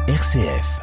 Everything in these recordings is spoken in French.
RCF.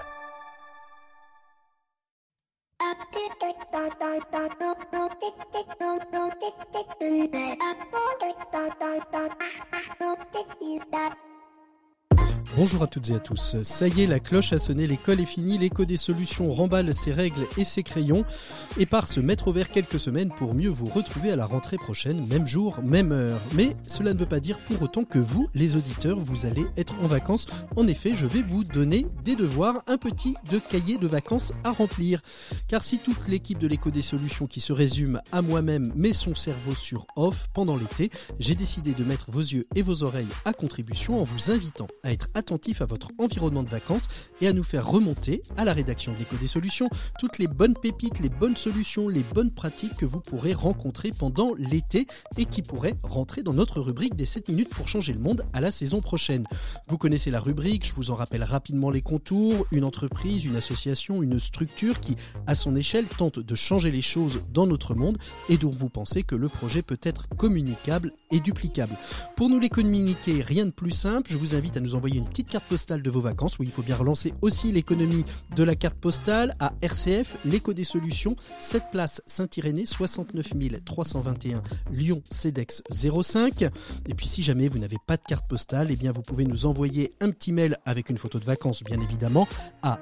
Bonjour à toutes et à tous. Ça y est, la cloche a sonné, l'école est finie, l'éco des solutions remballe ses règles et ses crayons et part se mettre au vert quelques semaines pour mieux vous retrouver à la rentrée prochaine, même jour, même heure. Mais cela ne veut pas dire pour autant que vous, les auditeurs, vous allez être en vacances. En effet, je vais vous donner des devoirs, un petit cahier de vacances à remplir. Car si toute l'équipe de l'éco des solutions qui se résume à moi-même met son cerveau sur off pendant l'été, j'ai décidé de mettre vos yeux et vos oreilles à contribution en vous invitant à être attentif à votre environnement de vacances et à nous faire remonter à la rédaction de l'Éco des Solutions toutes les bonnes pépites, les bonnes solutions, les bonnes pratiques que vous pourrez rencontrer pendant l'été et qui pourraient rentrer dans notre rubrique des 7 minutes pour changer le monde à la saison prochaine. Vous connaissez la rubrique, je vous en rappelle rapidement les contours, une entreprise, une association, une structure qui, à son échelle, tente de changer les choses dans notre monde et dont vous pensez que le projet peut être communicable et duplicable. Pour nous les communiquer, rien de plus simple, je vous invite à nous envoyer une petite carte postale de vos vacances. Oui, il faut bien relancer aussi l'économie de la carte postale à RCF, l'Éco des Solutions, 7 place Saint-Irénée, 69 321 Lyon, CEDEX 05. Et puis si jamais vous n'avez pas de carte postale, eh bien vous pouvez nous envoyer un petit mail avec une photo de vacances, bien évidemment, à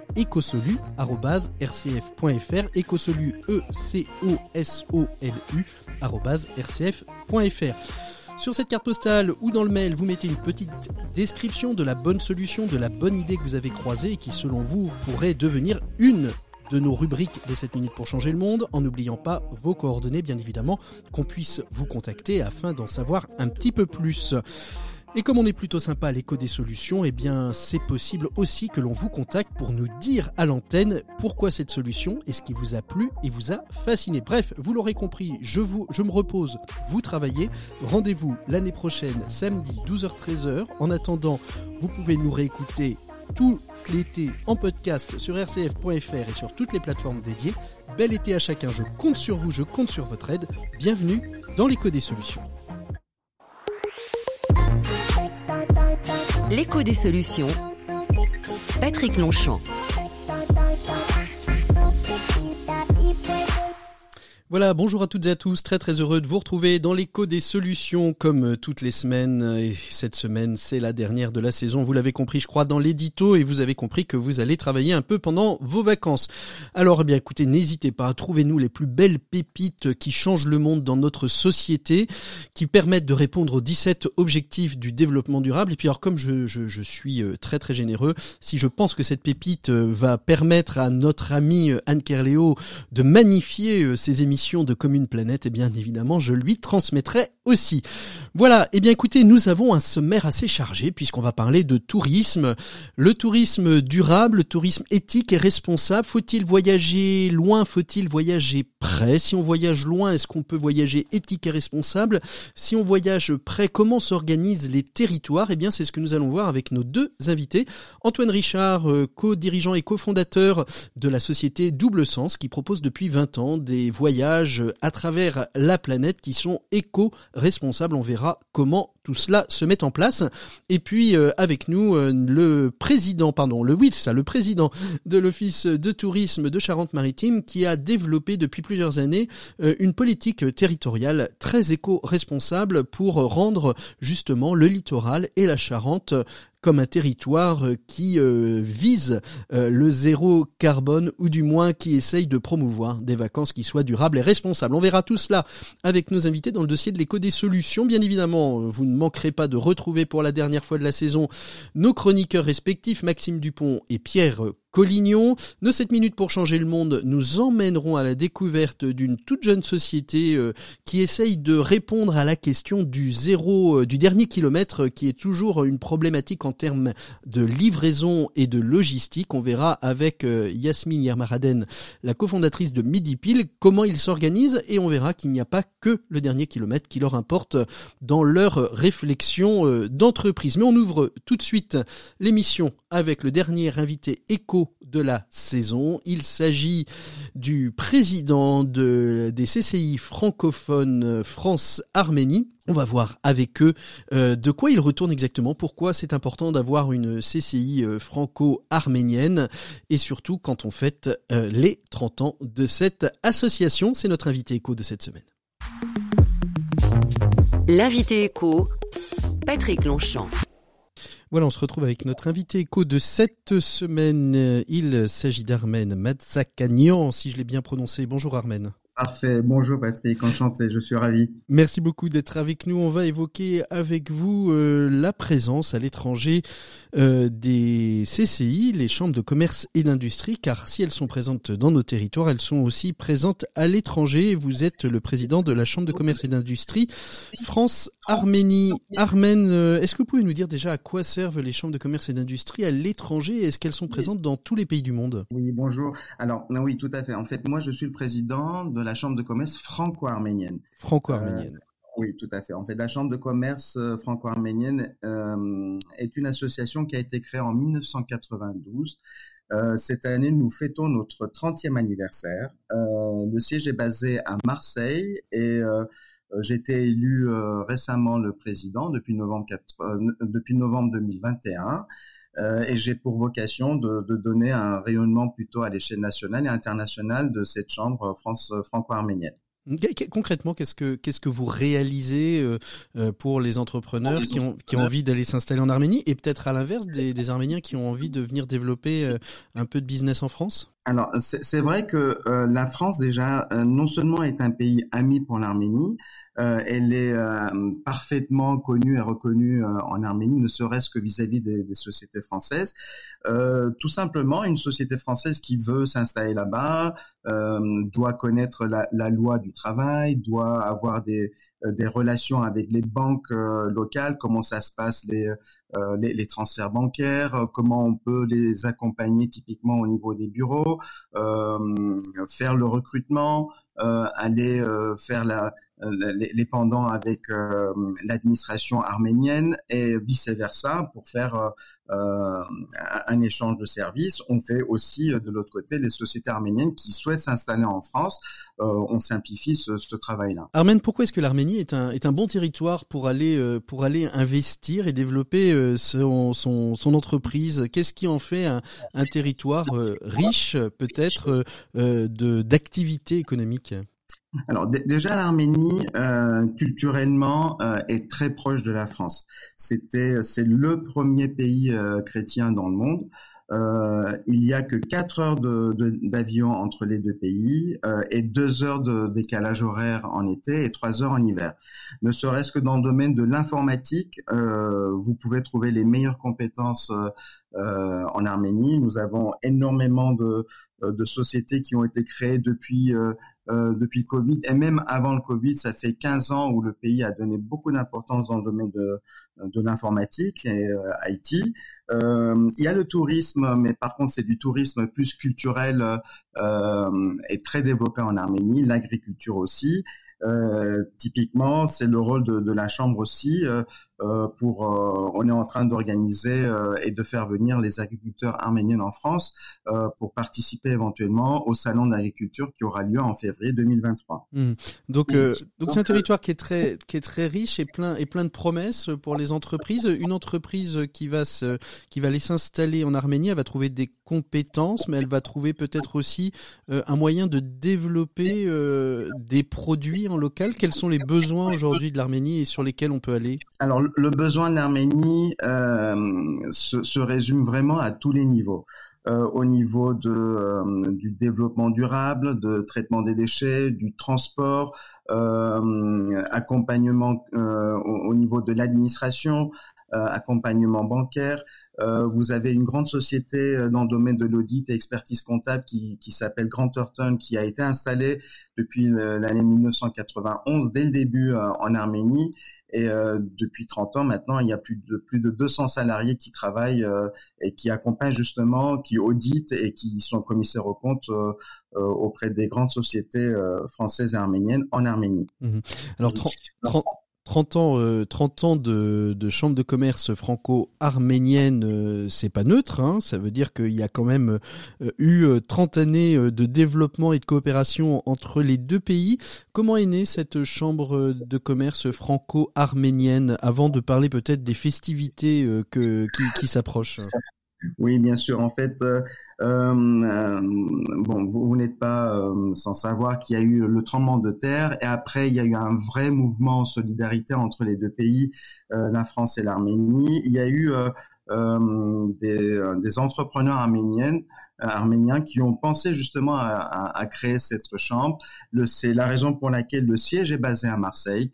ecosolu@rcf.fr, ecosolu, ECOSOLU, @rcf.fr. Sur cette carte postale ou dans le mail, vous mettez une petite description de la bonne solution, de la bonne idée que vous avez croisée et qui, selon vous, pourrait devenir une de nos rubriques des 7 minutes pour changer le monde, en n'oubliant pas vos coordonnées, bien évidemment, qu'on puisse vous contacter afin d'en savoir un petit peu plus. Et comme on est plutôt sympa à l'Éco des Solutions, eh bien c'est possible aussi que l'on vous contacte pour nous dire à l'antenne pourquoi cette solution et ce qui vous a plu et vous a fasciné. Bref, vous l'aurez compris, je me repose, vous travaillez. Rendez-vous l'année prochaine, samedi 12h-13h. En attendant, vous pouvez nous réécouter tout l'été en podcast sur rcf.fr et sur toutes les plateformes dédiées. Bel été à chacun, je compte sur vous, je compte sur votre aide. Bienvenue dans l'Éco des Solutions. L'Éco des Solutions, Patrick Longchamp. Voilà, bonjour à toutes et à tous, très heureux de vous retrouver dans l'Éco des Solutions comme toutes les semaines. Et cette semaine, c'est la dernière de la saison, vous l'avez compris je crois dans l'édito et vous avez compris que vous allez travailler un peu pendant vos vacances. Alors eh bien écoutez, n'hésitez pas, trouvez-nous les plus belles pépites qui changent le monde dans notre société, qui permettent de répondre aux 17 objectifs du développement durable. Et puis alors comme je suis très généreux, si je pense que cette pépite va permettre à notre amie Anne Kerléo de magnifier ses émissions de Commune Planète, et bien évidemment je lui transmettrai aussi. Voilà, et bien écoutez, nous avons un sommaire assez chargé puisqu'on va parler de tourisme, le tourisme durable, le tourisme éthique et responsable. Faut-il voyager loin, faut-il voyager près? Si on voyage loin, est-ce qu'on peut voyager éthique et responsable? Si on voyage près, comment s'organisent les territoires? Eh bien c'est ce que nous allons voir avec nos deux invités. Antoine Richard, co-dirigeant et cofondateur de la société Double Sens qui propose depuis 20 ans des voyages à travers la planète qui sont éco-responsables. On verra comment tout cela se met en place. Et puis avec nous le président de l'Office de tourisme de Charente-Maritime qui a développé depuis plusieurs années une politique territoriale très éco-responsable pour rendre justement le littoral et la Charente comme un territoire qui vise le zéro carbone ou du moins qui essaye de promouvoir des vacances qui soient durables et responsables. On verra tout cela avec nos invités dans le dossier de l'Éco des Solutions. Bien évidemment, vous ne manquerez pas de retrouver pour la dernière fois de la saison nos chroniqueurs respectifs, Maxime Dupont et Pierre Collignon. Nos 7 minutes pour changer le monde nous emmèneront à la découverte d'une toute jeune société qui essaye de répondre à la question du dernier kilomètre qui est toujours une problématique en termes de livraison et de logistique. On verra avec Yasmine Yermaraden, la cofondatrice de Midi Pile, comment ils s'organisent et on verra qu'il n'y a pas que le dernier kilomètre qui leur importe dans leur réflexion d'entreprise. Mais on ouvre tout de suite l'émission avec le dernier invité éco de la saison. Il s'agit du président des CCI francophones France-Arménie. On va voir avec eux de quoi ils retournent exactement, pourquoi c'est important d'avoir une CCI franco-arménienne et surtout quand on fête les 30 ans de cette association. C'est notre invité écho de cette semaine. L'invité écho, Patrick Longchamp. Voilà, on se retrouve avec notre invité écho de cette semaine. Il s'agit d'Armen Matsakanian, si je l'ai bien prononcé. Bonjour Armen. Parfait, bonjour Patrick, enchanté, je suis ravi. Merci beaucoup d'être avec nous. On va évoquer avec vous la présence à l'étranger des CCI, les chambres de commerce et d'industrie, car si elles sont présentes dans nos territoires, elles sont aussi présentes à l'étranger. Vous êtes le président de la chambre de commerce et d'industrie France-Arménie. Armen, est-ce que vous pouvez nous dire déjà à quoi servent les chambres de commerce et d'industrie à l'étranger? Est-ce qu'elles sont présentes dans tous les pays du monde? Oui, bonjour. Alors, oui, tout à fait. En fait, moi, je suis le président de la chambre de commerce franco-arménienne. Franco-arménienne. Oui, tout à fait. En fait, la chambre de commerce franco-arménienne est une association qui a été créée en 1992. Cette année, nous fêtons notre 30e anniversaire. Le siège est basé à Marseille et j'ai été élu récemment le président depuis novembre 2021. Et j'ai pour vocation de donner un rayonnement plutôt à l'échelle nationale et internationale de cette chambre franco-arménienne. Concrètement, qu'est-ce que vous réalisez pour les entrepreneurs qui ont envie d'aller s'installer en Arménie et peut-être à l'inverse des Arméniens qui ont envie de venir développer un peu de business en France? Alors, c'est vrai que la France, déjà, non seulement est un pays ami pour l'Arménie, elle est parfaitement connue et reconnue en Arménie, ne serait-ce que vis-à-vis des sociétés françaises. Tout simplement, une société française qui veut s'installer là-bas doit connaître la loi du travail, doit avoir des relations avec les banques locales, comment ça se passe les transferts bancaires, comment on peut les accompagner typiquement au niveau des bureaux, faire le recrutement, aller faire les pendants avec l'administration arménienne et vice-versa pour faire un échange de services. On fait aussi de l'autre côté les sociétés arméniennes qui souhaitent s'installer en France. On simplifie ce travail-là. Armen, pourquoi est-ce que l'Arménie est un bon territoire pour aller investir et développer son entreprise? Qu'est-ce qui en fait un territoire riche peut-être d'activités économiques? Alors déjà l'Arménie culturellement est très proche de la France. C'est le premier pays chrétien dans le monde. Il y a que 4 heures d'avion entre les deux pays et 2 heures de décalage horaire en été et 3 heures en hiver. Ne serait-ce que dans le domaine de l'informatique, vous pouvez trouver les meilleures compétences en Arménie. Nous avons énormément de sociétés qui ont été créées depuis le Covid et même avant le Covid, ça fait 15 ans où le pays a donné beaucoup d'importance dans le domaine de l'informatique et IT. Il y a le tourisme, mais par contre c'est du tourisme plus culturel et très développé en Arménie, l'agriculture aussi. Typiquement, c'est le rôle de la chambre aussi on est en train d'organiser et de faire venir les agriculteurs arméniens en France pour participer éventuellement au salon d'agriculture qui aura lieu en février 2023. Donc c'est un territoire qui est très riche et plein de promesses pour les entreprises. Une entreprise qui va aller s'installer en Arménie, elle va trouver des compétences, mais elle va trouver peut-être aussi un moyen de développer des produits en local. Quels sont les besoins aujourd'hui de l'Arménie et sur lesquels on peut aller? Alors, le besoin de l'Arménie se résume vraiment à tous les niveaux. Au niveau du développement durable, de traitement des déchets, du transport, accompagnement au niveau de l'administration, accompagnement bancaire. Vous avez une grande société dans le domaine de l'audit et expertise comptable qui s'appelle Grant Thornton, qui a été installée depuis l'année 1991, dès le début en Arménie. Et depuis 30 ans maintenant, il y a plus de 200 salariés qui travaillent et qui accompagnent justement, qui auditent et qui sont commissaires aux comptes auprès des grandes sociétés françaises et arméniennes en Arménie. Alors 30 ans de chambre de commerce franco-arménienne, c'est pas neutre, hein. Ça veut dire qu'il y a quand même eu 30 années de développement et de coopération entre les deux pays. Comment est née cette chambre de commerce franco-arménienne, avant de parler peut-être des festivités qui s'approchent? Oui, bien sûr. En fait, vous n'êtes pas sans savoir qu'il y a eu le tremblement de terre et après il y a eu un vrai mouvement en solidarité entre les deux pays, la France et l'Arménie. Il y a eu des entrepreneurs arméniens qui ont pensé justement à créer cette chambre. C'est la raison pour laquelle le siège est basé à Marseille.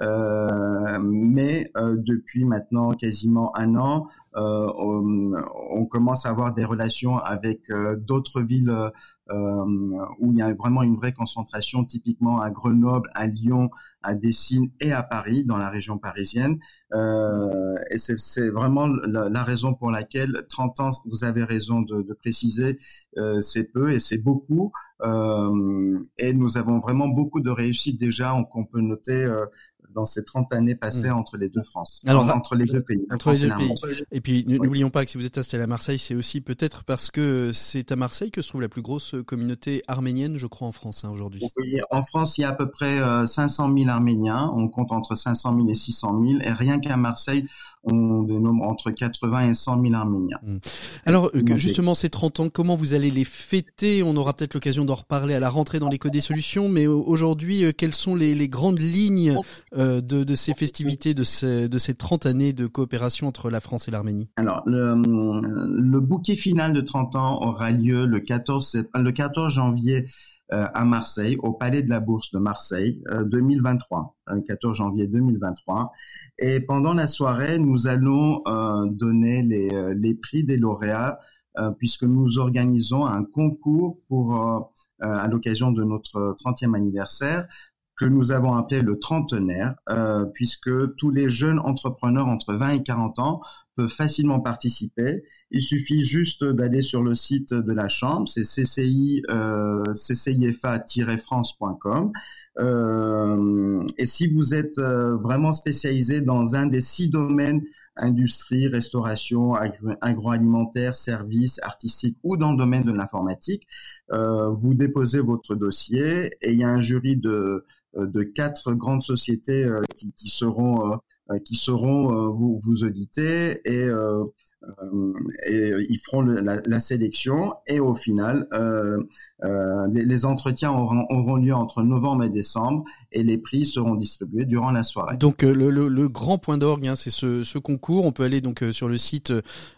Mais depuis maintenant quasiment un an, on commence à avoir des relations avec d'autres villes où il y a vraiment une vraie concentration, typiquement à Grenoble, à Lyon, à Dessines et à Paris, dans la région parisienne. Et c'est vraiment la raison pour laquelle 30 ans, vous avez raison de préciser, c'est peu et c'est beaucoup. Et nous avons vraiment beaucoup de réussite déjà qu'on peut noter dans ces 30 années passées entre les deux France. Alors, entre les deux pays. Entre les deux pays. Et puis, n'oublions pas que si vous êtes installé à Marseille, c'est aussi peut-être parce que c'est à Marseille que se trouve la plus grosse communauté arménienne, je crois, en France, aujourd'hui. Oui, en France, il y a à peu près 500 000 Arméniens. On compte entre 500 000 et 600 000. Et rien qu'à Marseille, on dénombre entre 80 et 100 000 Arméniens. Alors, justement, ces 30 ans, comment vous allez les fêter? On aura peut-être l'occasion d'en reparler à la rentrée dans l'écho des solutions, mais aujourd'hui, quelles sont les grandes lignes de ces festivités, de ces 30 années de coopération entre la France et l'Arménie? Alors, le bouquet final de 30 ans aura lieu le 14 janvier à Marseille, au Palais de la Bourse de Marseille, 2023, 14 janvier 2023. Et pendant la soirée, nous allons donner les prix des lauréats, puisque nous organisons un concours à l'occasion de notre 30e anniversaire, que nous avons appelé le trentenaire, puisque tous les jeunes entrepreneurs entre 20 et 40 ans peuvent facilement participer. Il suffit juste d'aller sur le site de la Chambre, c'est ccifa-france.com. Et si vous êtes vraiment spécialisé dans un des 6 domaines, industrie, restauration, agroalimentaire, services, artistique ou dans le domaine de l'informatique, vous déposez votre dossier et il y a un jury de 4 grandes sociétés qui seront vous auditer et ils feront la sélection et au final les entretiens auront lieu entre novembre et décembre et les prix seront distribués durant la soirée. Donc le grand point d'orgue, c'est ce concours. On peut aller donc sur le site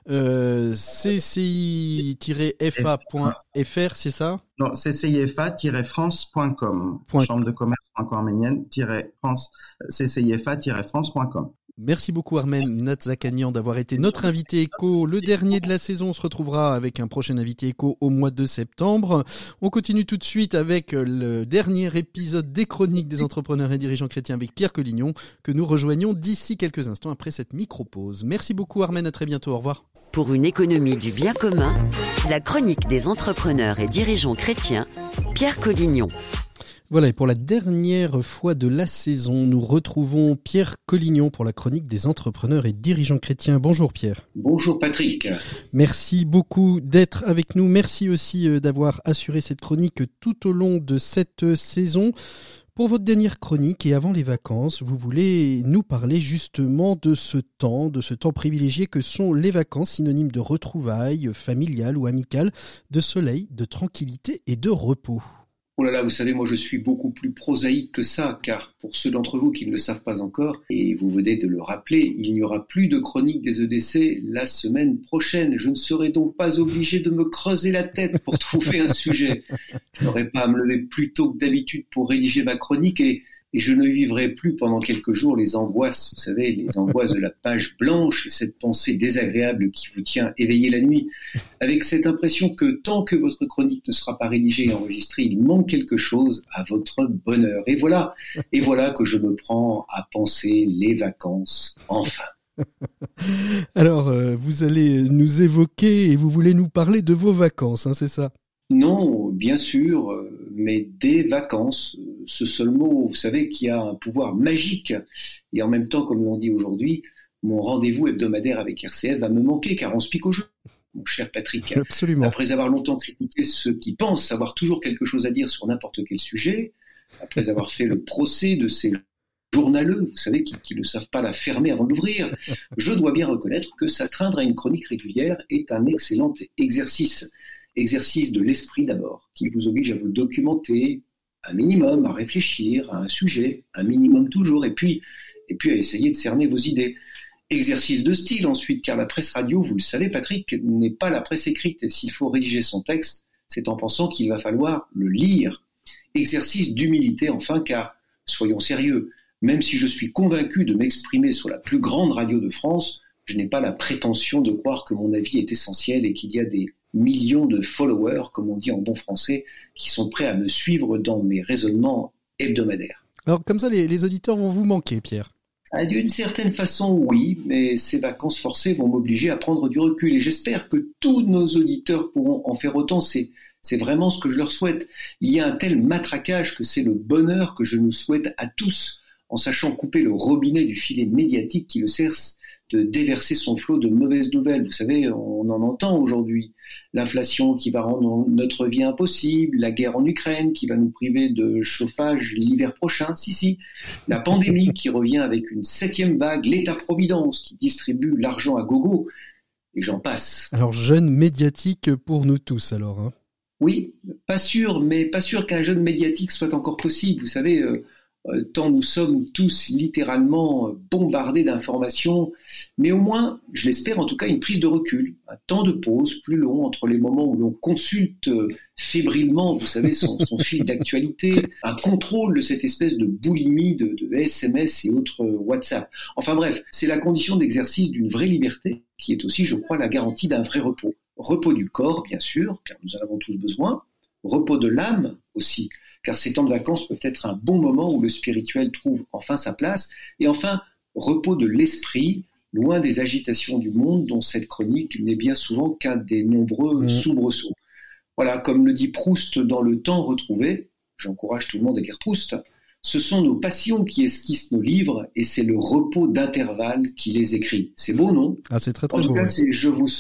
cci-fa.fr, c'est ça? Non, ccifa-france.com. Chambre de commerce franco-arménienne-france, ccifa-france.com. Merci beaucoup Armen Natzakanian d'avoir été notre invité éco, le dernier de la saison. On se retrouvera avec un prochain invité éco au mois de septembre. On continue tout de suite avec le dernier épisode des chroniques des entrepreneurs et dirigeants chrétiens avec Pierre Collignon, que nous rejoignons d'ici quelques instants après cette micro-pause. Merci beaucoup Armen, à très bientôt, au revoir. Pour une économie du bien commun, la chronique des entrepreneurs et dirigeants chrétiens, Pierre Collignon. Voilà, et pour la dernière fois de la saison, nous retrouvons Pierre Collignon pour la chronique des entrepreneurs et dirigeants chrétiens. Bonjour Pierre. Bonjour Patrick. Merci beaucoup d'être avec nous. Merci aussi d'avoir assuré cette chronique tout au long de cette saison. Pour votre dernière chronique et avant les vacances, vous voulez nous parler justement de ce temps privilégié que sont les vacances, synonymes de retrouvailles familiales ou amicales, de soleil, de tranquillité et de repos. Oh là là, vous savez, moi je suis beaucoup plus prosaïque que ça, car pour ceux d'entre vous qui ne le savent pas encore, et vous venez de le rappeler, il n'y aura plus de chronique des EDC la semaine prochaine. Je ne serai donc pas obligé de me creuser la tête pour trouver un sujet. Je n'aurai pas à me lever plus tôt que d'habitude pour rédiger ma chronique et je ne vivrai plus pendant quelques jours les angoisses, vous savez, les angoisses de la page blanche, cette pensée désagréable qui vous tient éveillé la nuit, avec cette impression que tant que votre chronique ne sera pas rédigée et enregistrée, il manque quelque chose à votre bonheur. Et voilà que je me prends à penser les vacances, enfin. Alors, vous allez nous évoquer et vous voulez nous parler de vos vacances, c'est ça ? Non, bien sûr, mais des vacances. ce seul mot, vous savez, qui a un pouvoir magique. Et en même temps, comme l'on dit aujourd'hui, mon rendez-vous hebdomadaire avec RCF va me manquer, car on se pique au jeu, mon cher Patrick. Absolument. Après avoir longtemps critiqué ceux qui pensent avoir toujours quelque chose à dire sur n'importe quel sujet, après avoir fait le procès de ces journaleux, vous savez, qui ne savent pas la fermer avant d'ouvrir, je dois bien reconnaître que s'astreindre à une chronique régulière est un excellent exercice. Exercice de l'esprit d'abord, qui vous oblige à vous documenter un minimum, à réfléchir à un sujet, un minimum toujours, et puis à essayer de cerner vos idées. Exercice de style ensuite, car la presse radio, vous le savez Patrick, n'est pas la presse écrite, et s'il faut rédiger son texte, c'est en pensant qu'il va falloir le lire. Exercice d'humilité enfin, car, soyons sérieux, même si je suis convaincu de m'exprimer sur la plus grande radio de France, je n'ai pas la prétention de croire que mon avis est essentiel et qu'il y a des millions de followers, comme on dit en bon français, qui sont prêts à me suivre dans mes raisonnements hebdomadaires. Alors comme ça, les auditeurs vont vous manquer, Pierre. D'une certaine façon, oui, mais ces vacances forcées vont m'obliger à prendre du recul et j'espère que tous nos auditeurs pourront en faire autant. C'est vraiment ce que je leur souhaite. Il y a un tel matraquage que c'est le bonheur que je nous souhaite à tous, en sachant couper le robinet du filet médiatique qui le sert de déverser son flot de mauvaises nouvelles. Vous savez, on en entend aujourd'hui. L'inflation qui va rendre notre vie impossible, la guerre en Ukraine qui va nous priver de chauffage l'hiver prochain, si. La pandémie qui revient avec une 7e vague, l'État-providence qui distribue l'argent à gogo, et j'en passe. Alors, jeune médiatique pour nous tous, alors. Hein. Oui, pas sûr qu'un jeune médiatique soit encore possible. Vous savez, tant nous sommes tous littéralement bombardés d'informations, mais au moins, je l'espère en tout cas, une prise de recul, un temps de pause plus long entre les moments où l'on consulte fébrilement, vous savez, son fil d'actualité, un contrôle de cette espèce de boulimie de SMS et autres WhatsApp. Enfin bref, c'est la condition d'exercice d'une vraie liberté qui est aussi, je crois, la garantie d'un vrai repos. Repos du corps, bien sûr, car nous en avons tous besoin, repos de l'âme aussi, car ces temps de vacances peuvent être un bon moment où le spirituel trouve enfin sa place, et enfin, repos de l'esprit, loin des agitations du monde dont cette chronique n'est bien souvent qu'un des nombreux soubresauts. Voilà, comme le dit Proust dans Le Temps retrouvé, j'encourage tout le monde à lire Proust, ce sont nos passions qui esquissent nos livres et c'est le repos d'intervalle qui les écrit. C'est beau, non ? Ah, c'est très très beau. En tout cas, c'est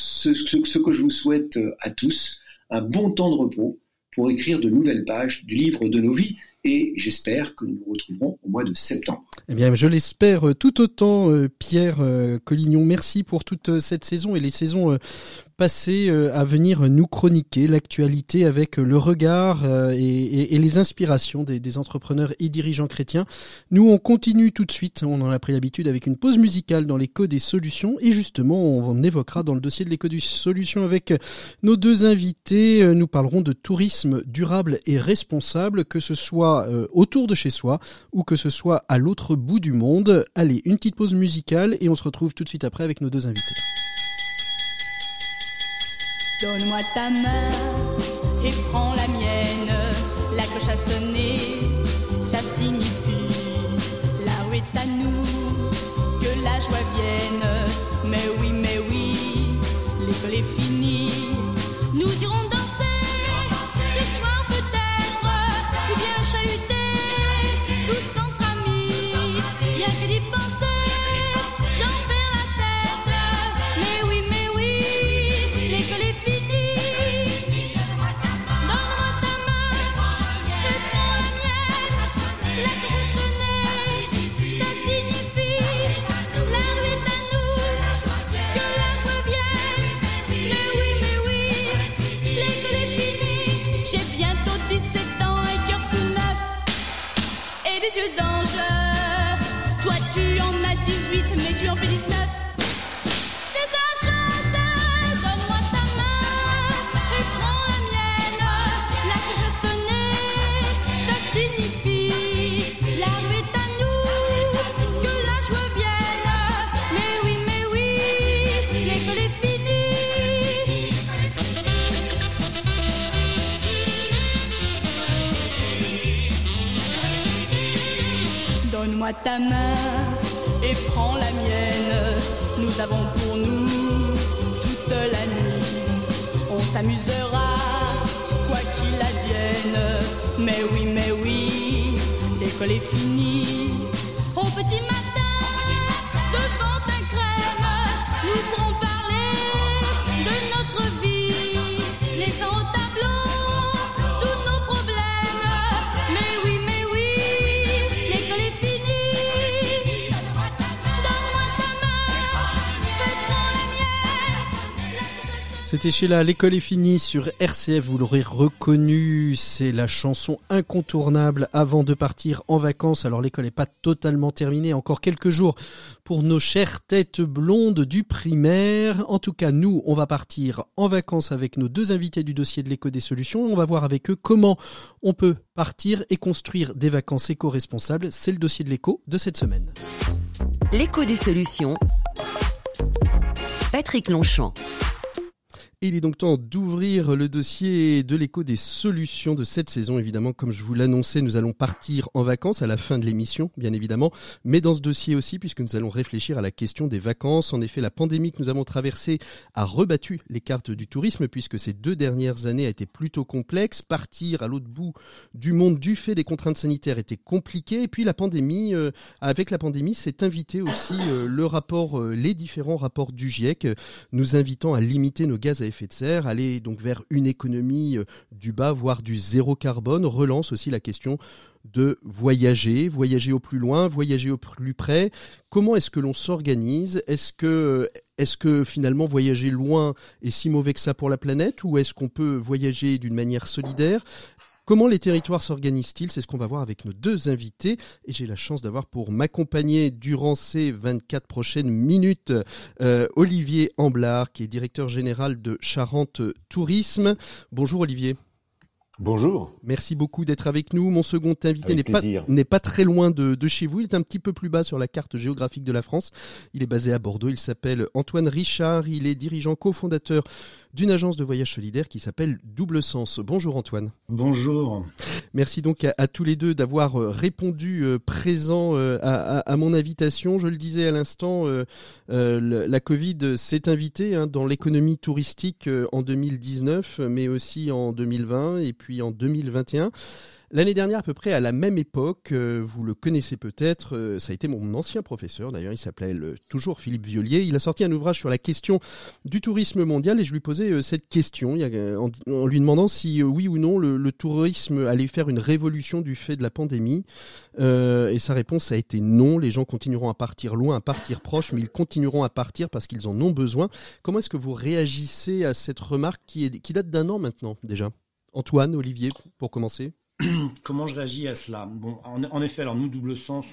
ce que je vous souhaite à tous, un bon temps de repos, pour écrire de nouvelles pages du livre de nos vies. Et j'espère que nous nous retrouverons au mois de septembre. Eh bien, je l'espère tout autant, Pierre Collignon. Merci pour toute cette saison et les saisons passées à venir nous chroniquer l'actualité avec le regard et les inspirations des entrepreneurs et dirigeants chrétiens. Nous, on continue tout de suite. On en a pris l'habitude avec une pause musicale dans l'écho des solutions. Et justement, on évoquera dans le dossier de l'écho des solutions avec nos deux invités. Nous parlerons de tourisme durable et responsable, que ce soit autour de chez soi ou que ce soit à l'autre bout du monde. Allez, une petite pause musicale et on se retrouve tout de suite après avec nos deux invités. Donne-moi ta main et prends la mienne, la cloche a sonné, ça signifie là où est à nous que la joie vienne. Mais oui, l'école est finie, nous irons danser ce soir peut-être, ou bien chahuter tous entre amis, rien que d'y penser, j'en perds la tête. Mais oui, l'école est finie. Donne-moi ta main et prends la mienne, la cloche a sonné, ça signifie la rue est à nous, que la joie vienne. Mais oui, l'école est finie. J'ai bientôt 17 ans, un cœur tout neuf et des yeux d'ange. Toi tu en as 18, mais tu en fais 19. C'est sa chance. Donne-moi ta main et prends la mienne, la cloche a sonné, ça signifie la rue est à nous, que la joie vienne. Mais oui, l'école est finie. Donne-moi ta main et prends la mienne, nous avons pour nous toute la nuit. On s'amusera, quoi qu'il advienne. Mais oui, l'école est finie. Au petit matin, devant un crème, nous pourrons parler de notre vie, laissant au tableau tous nos problèmes. Mais oui, l'école est finie. Donne-moi ta main, prends la mienne. C'était Sheila, l'école est finie sur RCF, vous l'aurez reconnu, c'est la chanson incontournable avant de partir en vacances. Alors l'école n'est pas totalement terminée, encore quelques jours pour nos chères têtes blondes du primaire. En tout cas, nous, on va partir en vacances avec nos deux invités du dossier de l'éco des solutions. On va voir avec eux comment on peut partir et construire des vacances éco-responsables. C'est le dossier de l'éco de cette semaine. L'éco des solutions. Patrick Longchamp. Il est donc temps d'ouvrir le dossier de l'éco des solutions de cette saison. Évidemment, comme je vous l'annonçais, nous allons partir en vacances à la fin de l'émission, bien évidemment. Mais dans ce dossier aussi, puisque nous allons réfléchir à la question des vacances. En effet, la pandémie que nous avons traversée a rebattu les cartes du tourisme, puisque ces 2 dernières années a été plutôt complexe. Partir à l'autre bout du monde du fait des contraintes sanitaires était compliqué. Et puis la pandémie, avec la pandémie, s'est invité aussi les différents rapports du GIEC, nous invitant à limiter nos gaz à effet de serre, aller donc vers une économie du bas, voire du zéro carbone, relance aussi la question de voyager au plus loin, voyager au plus près. Comment est-ce que l'on s'organise ? Est-ce que finalement voyager loin est si mauvais que ça pour la planète, ou est-ce qu'on peut voyager d'une manière solidaire ? Comment les territoires s'organisent-ils ? C'est ce qu'on va voir avec nos deux invités. Et j'ai la chance d'avoir pour m'accompagner durant ces 24 prochaines minutes Olivier Amblard, qui est directeur général de Charente Tourisme. Bonjour Olivier. Bonjour. Merci beaucoup d'être avec nous. Mon second invité n'est pas très loin de chez vous. Il est un petit peu plus bas sur la carte géographique de la France. Il est basé à Bordeaux. Il s'appelle Antoine Richard. Il est dirigeant cofondateur d'une agence de voyage solidaire qui s'appelle Double Sens. Bonjour Antoine. Bonjour. Merci donc à tous les deux d'avoir répondu présent à mon invitation. Je le disais à l'instant, la Covid s'est invitée dans l'économie touristique en 2019, mais aussi en 2020 et puis en 2021. L'année dernière, à peu près à la même époque, vous le connaissez peut-être, ça a été mon ancien professeur, d'ailleurs il s'appelait toujours Philippe Violier. Il a sorti un ouvrage sur la question du tourisme mondial et je lui posais cette question en lui demandant si oui ou non le tourisme allait faire une révolution du fait de la pandémie. Et sa réponse a été non, les gens continueront à partir loin, à partir proche, mais ils continueront à partir parce qu'ils en ont besoin. Comment est-ce que vous réagissez à cette remarque qui date d'1 an maintenant déjà ? Antoine, Olivier, pour commencer. Comment je réagis à cela ? Bon, en effet, alors nous, Double Sens,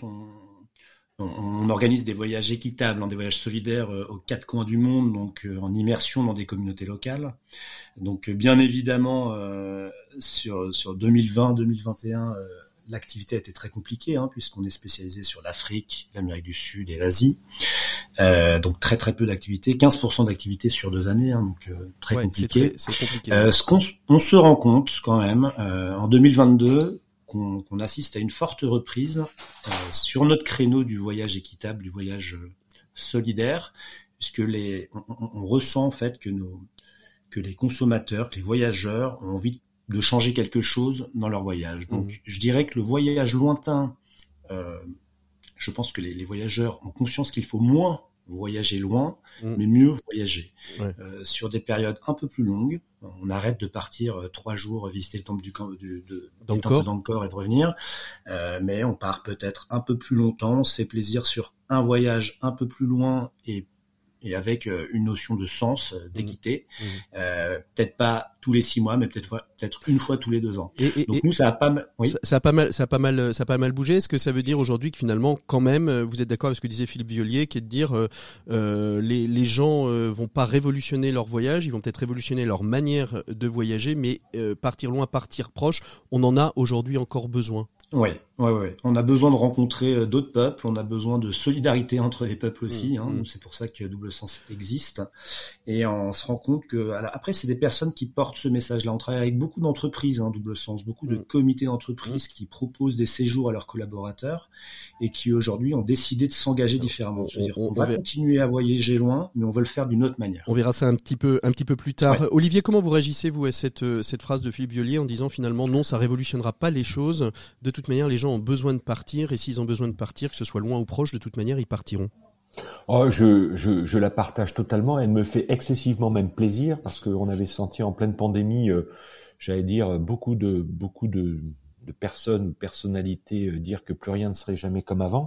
on organise des voyages équitables, des voyages solidaires aux 4 coins du monde, donc en immersion dans des communautés locales. Donc bien évidemment, sur 2020-2021, l'activité a été très compliquée, puisqu'on est spécialisé sur l'Afrique, l'Amérique du Sud et l'Asie. Donc très très peu d'activité, 15% d'activité sur 2 années, donc très compliqué. C'est compliqué. On se rend compte quand même en 2022 qu'on assiste à une forte reprise sur notre créneau du voyage équitable, du voyage solidaire, puisque on ressent en fait que les consommateurs, que les voyageurs ont envie de changer quelque chose dans leur voyage. Donc je dirais que le voyage lointain, je pense que les voyageurs ont conscience qu'il faut moins voyager loin, mais mieux voyager. Ouais. Sur des périodes un peu plus longues, on arrête de partir 3 jours visiter le temple d'Angkor et de revenir, mais on part peut-être un peu plus longtemps, on se fait plaisir sur un voyage un peu plus loin et avec une notion de sens, d'équité. Peut-être pas tous les 6 mois, mais peut-être une fois tous les 2 ans. Donc nous, ça a pas mal. Oui. Ça a pas mal bougé. Est-ce que ça veut dire aujourd'hui que finalement, quand même, vous êtes d'accord avec ce que disait Philippe Violier, qui est de dire les gens vont pas révolutionner leur voyage, ils vont peut-être révolutionner leur manière de voyager, mais partir loin, partir proche, on en a aujourd'hui encore besoin. Ouais. On a besoin de rencontrer d'autres peuples, on a besoin de solidarité entre les peuples aussi. C'est pour ça que Double Sens existe. Et on se rend compte que, après, c'est des personnes qui portent ce message-là. On travaille avec beaucoup d'entreprises, Double Sens, beaucoup de comités d'entreprises qui proposent des séjours à leurs collaborateurs et qui aujourd'hui ont décidé de s'engager différemment. C'est-à-dire on va continuer à voyager loin, mais on veut le faire d'une autre manière. On verra ça un petit peu plus tard. Ouais. Olivier, comment vous réagissez vous à cette phrase de Philippe Violier en disant finalement non, ça révolutionnera pas les choses. De toute manière, les gens ont besoin de partir, et s'ils ont besoin de partir, que ce soit loin ou proche, de toute manière, ils partiront. Oh, je la partage totalement. Elle me fait excessivement même plaisir parce qu'on avait senti en pleine pandémie, j'allais dire, beaucoup de personnes ou personnalités dire que plus rien ne serait jamais comme avant.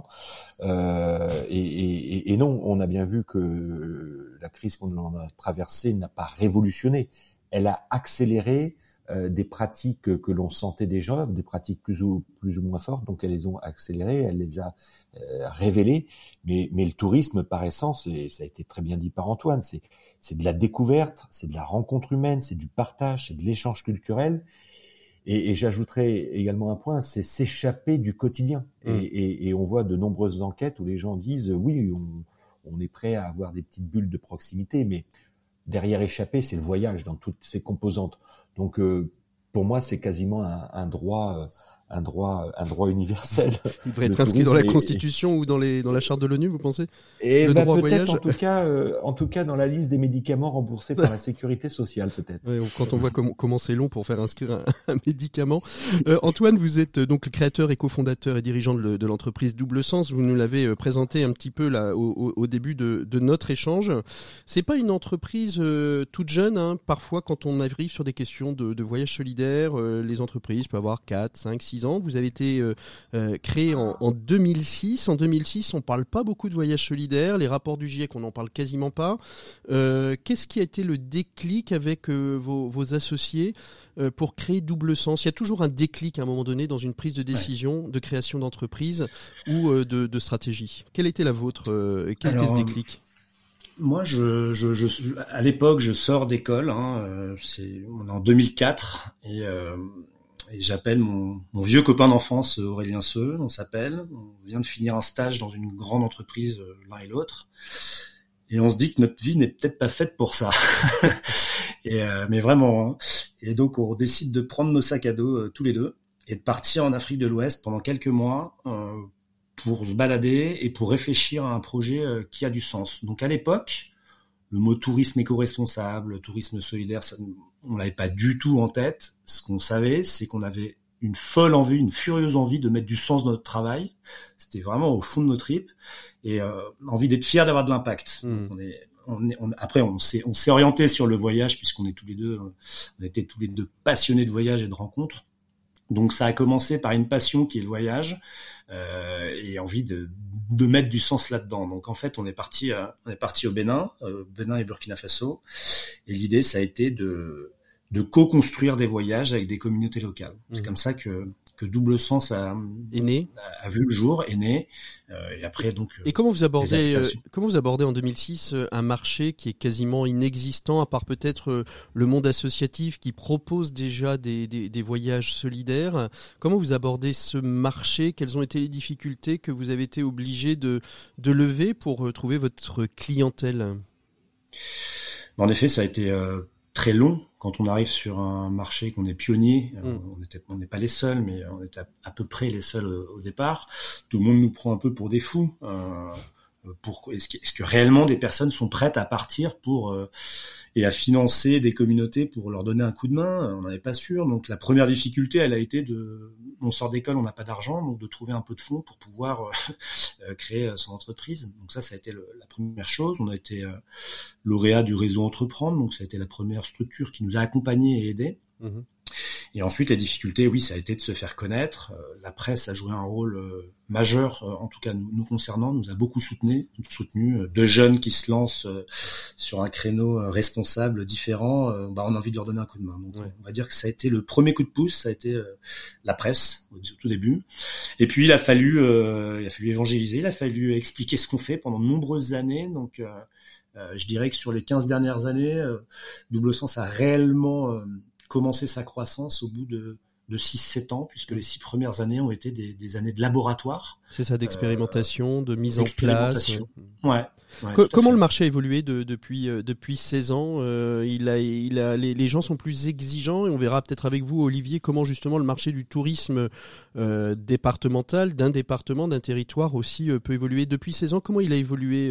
Et non, on a bien vu que la crise qu'on a traversée n'a pas révolutionné. Elle a accéléré des pratiques que l'on sentait déjà, des pratiques plus ou moins fortes, donc elles les ont accélérées, elle les a révélées. Mais le tourisme, par essence, et ça a été très bien dit par Antoine, c'est de la découverte, c'est de la rencontre humaine, c'est du partage, c'est de l'échange culturel. Et j'ajouterais également un point, c'est s'échapper du quotidien. Et on voit de nombreuses enquêtes où les gens disent oui, on est prêt à avoir des petites bulles de proximité, mais derrière échapper, c'est le voyage dans toutes ses composantes. Donc, pour moi, c'est quasiment un droit universel. Il devrait être inscrit dans la Constitution ou dans la charte de l'ONU, vous pensez? Et le droit au peut-être voyage. en tout cas dans la liste des médicaments remboursés par la sécurité sociale, peut-être. Ouais, quand on voit comment c'est long pour faire inscrire un médicament. Antoine, vous êtes donc le créateur et cofondateur et dirigeant de l'entreprise Double Sens. Vous nous l'avez présenté un petit peu là au début de notre échange. C'est pas une entreprise toute jeune, hein. Parfois, quand on arrive sur des questions de voyage solidaire, les entreprises peuvent avoir 4, 5, 6 ans. Vous avez été créé en 2006. En 2006, on parle pas beaucoup de voyage solidaire. Les rapports du GIEC, on n'en parle quasiment pas. Qu'est-ce qui a été le déclic avec vos associés pour créer Double Sens? Il y a toujours un déclic à un moment donné dans une prise de décision, de création d'entreprise ou de stratégie. Quelle était la vôtre? Quel était ce déclic? Moi, à l'époque, je sors d'école. On est en 2004 et j'appelle mon vieux copain d'enfance, Aurélien Seux, on s'appelle. On vient de finir un stage dans une grande entreprise, l'un et l'autre. Et on se dit que notre vie n'est peut-être pas faite pour ça. Mais vraiment. Hein. Et donc, on décide de prendre nos sacs à dos tous les deux et de partir en Afrique de l'Ouest pendant quelques mois pour se balader et pour réfléchir à un projet qui a du sens. Donc, à l'époque, le mot tourisme éco-responsable, tourisme solidaire, on l'avait pas du tout en tête. Ce qu'on savait, c'est qu'on avait une furieuse envie de mettre du sens dans notre travail. C'était vraiment au fond de nos tripes et envie d'être fier d'avoir de l'impact. Donc après, on s'est orienté sur le voyage puisqu'on est on était tous les deux passionnés de voyage et de rencontres. Donc ça a commencé par une passion qui est le voyage et envie de mettre du sens là-dedans. Donc en fait, on est parti au Bénin et Burkina Faso. Et l'idée, ça a été de co-construire des voyages avec des communautés locales. C'est comme ça que Double Sens a vu le jour, est né. Et après donc. Et comment vous abordez en 2006 un marché qui est quasiment inexistant, à part peut-être le monde associatif qui propose déjà des voyages solidaires. Comment vous abordez ce marché? Quelles ont été les difficultés que vous avez été obligé de lever pour trouver votre clientèle? En effet, ça a été très long quand on arrive sur un marché qu'on est pionnier. On n'est pas les seuls, mais on était à peu près les seuls au départ. Tout le monde nous prend un peu pour des fous. Est-ce que réellement des personnes sont prêtes à partir et à financer des communautés pour leur donner un coup de main? On n'en est pas sûr. Donc la première difficulté, elle a été on sort d'école, on n'a pas d'argent, donc de trouver un peu de fonds pour pouvoir créer son entreprise. Donc ça a été la première chose. On a été lauréat du réseau Entreprendre, donc ça a été la première structure qui nous a accompagnés et aidés. Et ensuite, la difficulté, oui, ça a été de se faire connaître. La presse a joué un rôle majeur, en tout cas nous concernant, nous a beaucoup soutenu, de jeunes qui se lancent sur un créneau responsable différent. On a envie de leur donner un coup de main. Donc, on va dire que ça a été le premier coup de pouce, ça a été la presse au tout début. Et puis il a fallu évangéliser, il a fallu expliquer ce qu'on fait pendant de nombreuses années. Donc je dirais que sur les 15 dernières années, Double Sens a réellement commencer sa croissance au bout de 6-7 ans, puisque les 6 premières années ont été des années de laboratoire. C'est ça, d'expérimentation, de mise en place. Ouais. Comment le marché a évolué depuis 16 ans? Les gens sont plus exigeants, et on verra peut-être avec vous, Olivier, comment justement le marché du tourisme départemental, d'un département, d'un territoire aussi peut évoluer. Depuis 16 ans, comment il a évolué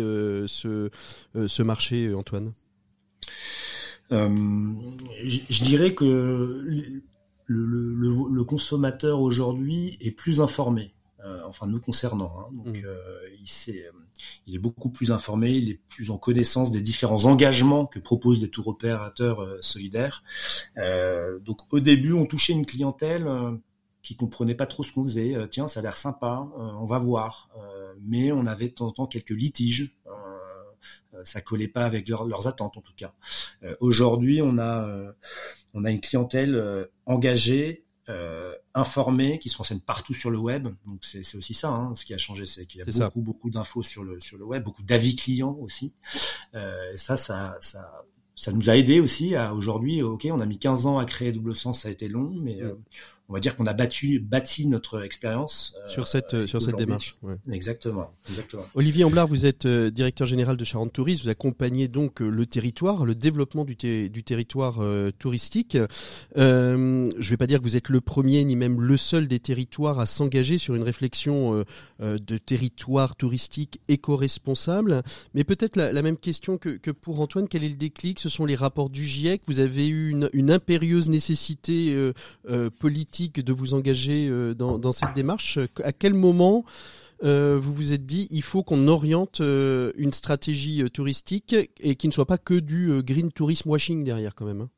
ce marché, Antoine? Je dirais que le consommateur aujourd'hui est plus informé. Enfin nous concernant, hein. Donc il est beaucoup plus informé, il est plus en connaissance des différents engagements que proposent les tours opérateurs solidaires. Donc au début, on touchait une clientèle qui comprenait pas trop ce qu'on faisait. Tiens, ça a l'air sympa, on va voir. Mais on avait de temps en temps quelques litiges. Ça collait pas avec leurs attentes en tout cas. Aujourd'hui, on a une clientèle engagée, informés, qui se renseignent partout sur le web. Donc c'est aussi ça, hein, ce qui a changé, c'est qu'il y a beaucoup d'infos sur le web, beaucoup d'avis clients aussi. Et ça nous a aidé aussi à aujourd'hui. Ok, on a mis 15 ans à créer Double Sens, ça a été long, mais on va dire qu'on a bâti notre expérience sur cette démarche. Ouais. Exactement. Olivier Amblard, vous êtes directeur général de Charente Tourisme. Vous accompagnez donc le territoire, le développement du territoire touristique. Je vais pas dire que vous êtes le premier ni même le seul des territoires à s'engager sur une réflexion de territoire touristique éco-responsable. Mais peut-être la même question que pour Antoine. Quel est le déclic ? Ce sont les rapports du GIEC. Vous avez eu une impérieuse nécessité politique de vous engager dans cette démarche. À quel moment vous vous êtes dit il faut qu'on oriente une stratégie touristique et qui ne soit pas que du green tourism washing derrière quand même, hein?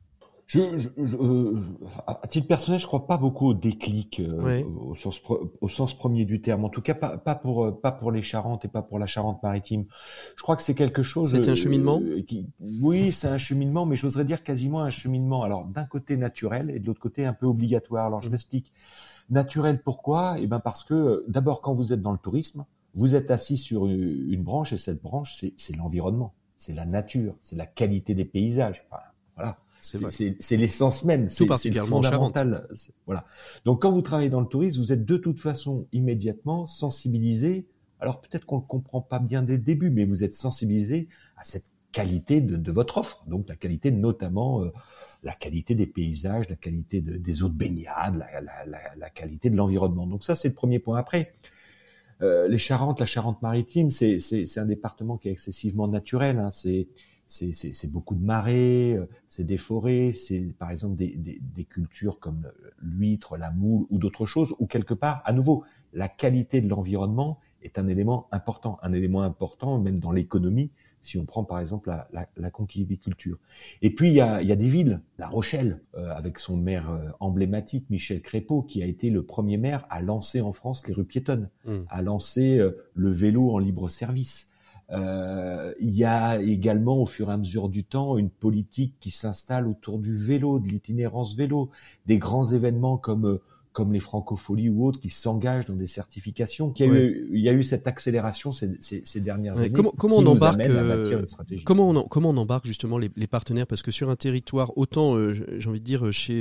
À titre personnel, je crois pas beaucoup au déclic au sens premier du terme. En tout cas, pas pour les Charentes et pas pour la Charente-Maritime. Je crois que c'est quelque chose. C'était un cheminement. Oui, c'est un cheminement, mais j'oserais dire quasiment un cheminement. Alors d'un côté naturel et de l'autre côté un peu obligatoire. Alors je m'explique. Naturel, pourquoi ? Eh ben parce que d'abord, quand vous êtes dans le tourisme, vous êtes assis sur une branche et cette branche, c'est l'environnement, c'est la nature, c'est la qualité des paysages. Enfin, voilà. C'est l'essence même, c'est le fondamental. Voilà. Donc quand vous travaillez dans le tourisme, vous êtes de toute façon immédiatement sensibilisé. Alors peut-être qu'on le comprend pas bien dès le début, mais vous êtes sensibilisé à cette qualité de votre offre. Donc la qualité, notamment la qualité des paysages, la qualité des eaux de baignade, la qualité de l'environnement. Donc ça, c'est le premier point. Après, les Charentes, la Charente-Maritime, c'est un département qui est excessivement naturel. Hein. C'est beaucoup de marais, c'est des forêts, c'est par exemple des cultures comme l'huître, la moule ou d'autres choses, où quelque part, à nouveau, la qualité de l'environnement est un élément important même dans l'économie, si on prend par exemple la conchyliculture. Et puis il y a des villes, La Rochelle, avec son maire emblématique, Michel Crépeau, qui a été le premier maire à lancer en France les rues piétonnes, à lancer le vélo en libre service. Il y a également, au fur et à mesure du temps, une politique qui s'installe autour du vélo, de l'itinérance vélo, des grands événements comme les Francopholies ou autres qui s'engagent dans des certifications. Il y a eu cette accélération ces dernières années. Comment on embarque comment on embarque justement les partenaires, parce que sur un territoire, autant j'ai envie de dire chez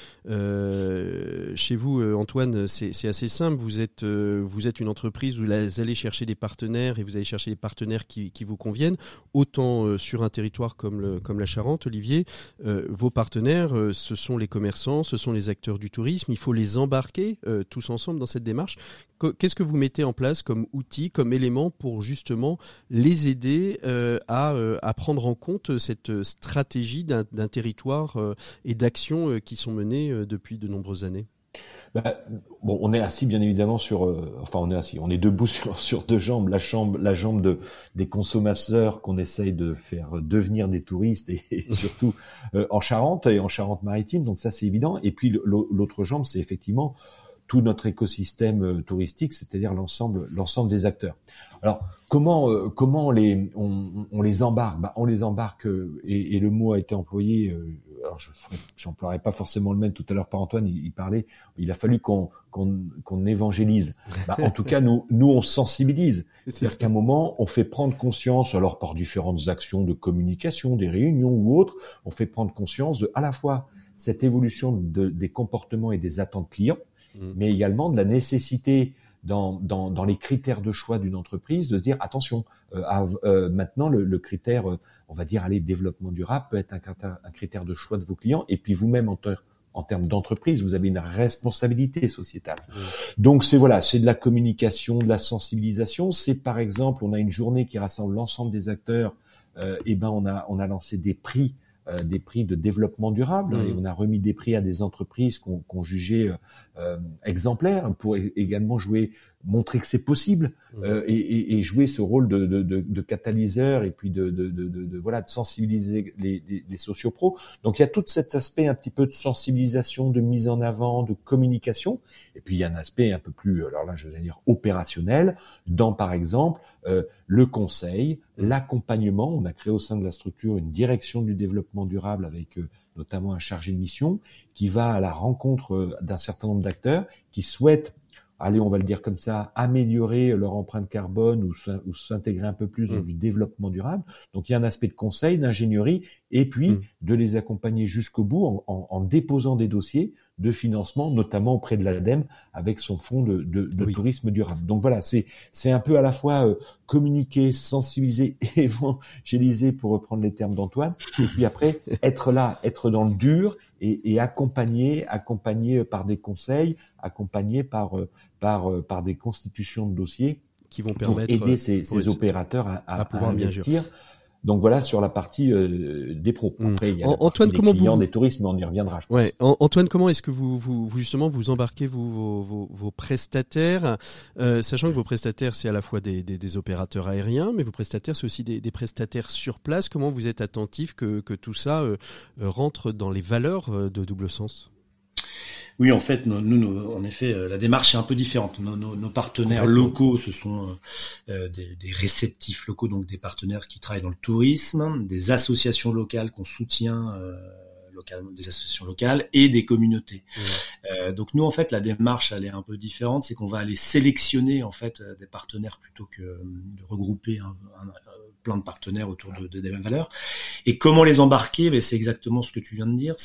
vous, Antoine, c'est assez simple. Vous êtes une entreprise, vous allez chercher des partenaires et vous allez chercher des partenaires qui vous conviennent. Autant sur un territoire comme la Charente, Olivier, vos partenaires, ce sont les commerçants, ce sont les acteurs du tourisme. Il faut les embarquer tous ensemble dans cette démarche. Qu'est-ce que vous mettez en place comme outil, comme élément pour justement les aider à prendre en compte cette stratégie d'un territoire et d'actions qui sont menées depuis de nombreuses années? On est assis bien évidemment on est debout sur deux jambes, la jambe des consommateurs qu'on essaye de faire devenir des touristes et surtout en Charente et en Charente-Maritime, donc ça c'est évident. Et puis l'autre jambe, c'est effectivement tout notre écosystème touristique, c'est-à-dire l'ensemble des acteurs. Alors comment on les embarque? On les embarque et le mot a été employé. Alors j'emploierai pas forcément le même. Tout à l'heure par Antoine, il parlait. Il a fallu qu'on évangélise. En tout cas, nous on sensibilise. C'est-à-dire qu'à un moment, on fait prendre conscience, alors par différentes actions de communication, des réunions ou autres, on fait prendre conscience de à la fois cette évolution des comportements et des attentes clients, mais également de la nécessité dans les critères de choix d'une entreprise de se dire attention, maintenant le critère, on va dire développement durable peut être un critère de choix de vos clients, et puis vous-même en termes d'entreprise, vous avez une responsabilité sociétale. Donc c'est de la communication, de la sensibilisation. C'est par exemple, on a une journée qui rassemble l'ensemble des acteurs, on a lancé des prix des prix de développement durable, et on a remis des prix à des entreprises qu'on jugeait exemplaires pour également montrer que c'est possible, et jouer ce rôle de catalyseur, et puis de sensibiliser les sociopros. Donc il y a tout cet aspect un petit peu de sensibilisation, de mise en avant, de communication, et puis il y a un aspect un peu plus, alors là je vais dire opérationnel, dans par exemple le conseil, l'accompagnement. On a créé au sein de la structure une direction du développement durable avec notamment un chargé de mission qui va à la rencontre d'un certain nombre d'acteurs qui souhaitent, allez, on va le dire comme ça, améliorer leur empreinte carbone ou s'intégrer un peu plus dans du développement durable. Donc il y a un aspect de conseil, d'ingénierie, et puis de les accompagner jusqu'au bout en déposant des dossiers de financement, notamment auprès de l'ADEME avec son fonds de tourisme durable. Donc voilà, c'est un peu à la fois communiquer, sensibiliser, évangéliser, pour reprendre les termes d'Antoine, et puis après être là, être dans le dur, et accompagner par des conseils, accompagner par des constitutions de dossiers qui vont permettre pour aider ces opérateurs à pouvoir investir. Donc voilà, sur la partie des pros. Après, il y a Antoine, des clients, des touristes, mais on y reviendra, je pense. Ouais. Antoine, comment est-ce que vous justement vous embarquez vos prestataires, sachant que vos prestataires, c'est à la fois des opérateurs aériens, mais vos prestataires, c'est aussi des prestataires sur place. Comment vous êtes attentif que tout ça rentre dans les valeurs de Double Sens ? Oui, en fait, nous, en effet, la démarche est un peu différente. Nos partenaires locaux, ce sont des réceptifs locaux, donc des partenaires qui travaillent dans le tourisme, des associations locales qu'on soutient localement, des associations locales et des communautés. Donc nous, en fait, la démarche, elle est un peu différente, c'est qu'on va aller sélectionner en fait des partenaires plutôt que de regrouper plein de partenaires autour des mêmes valeurs. Et comment les embarquer ? Ben, c'est exactement ce que tu viens de dire.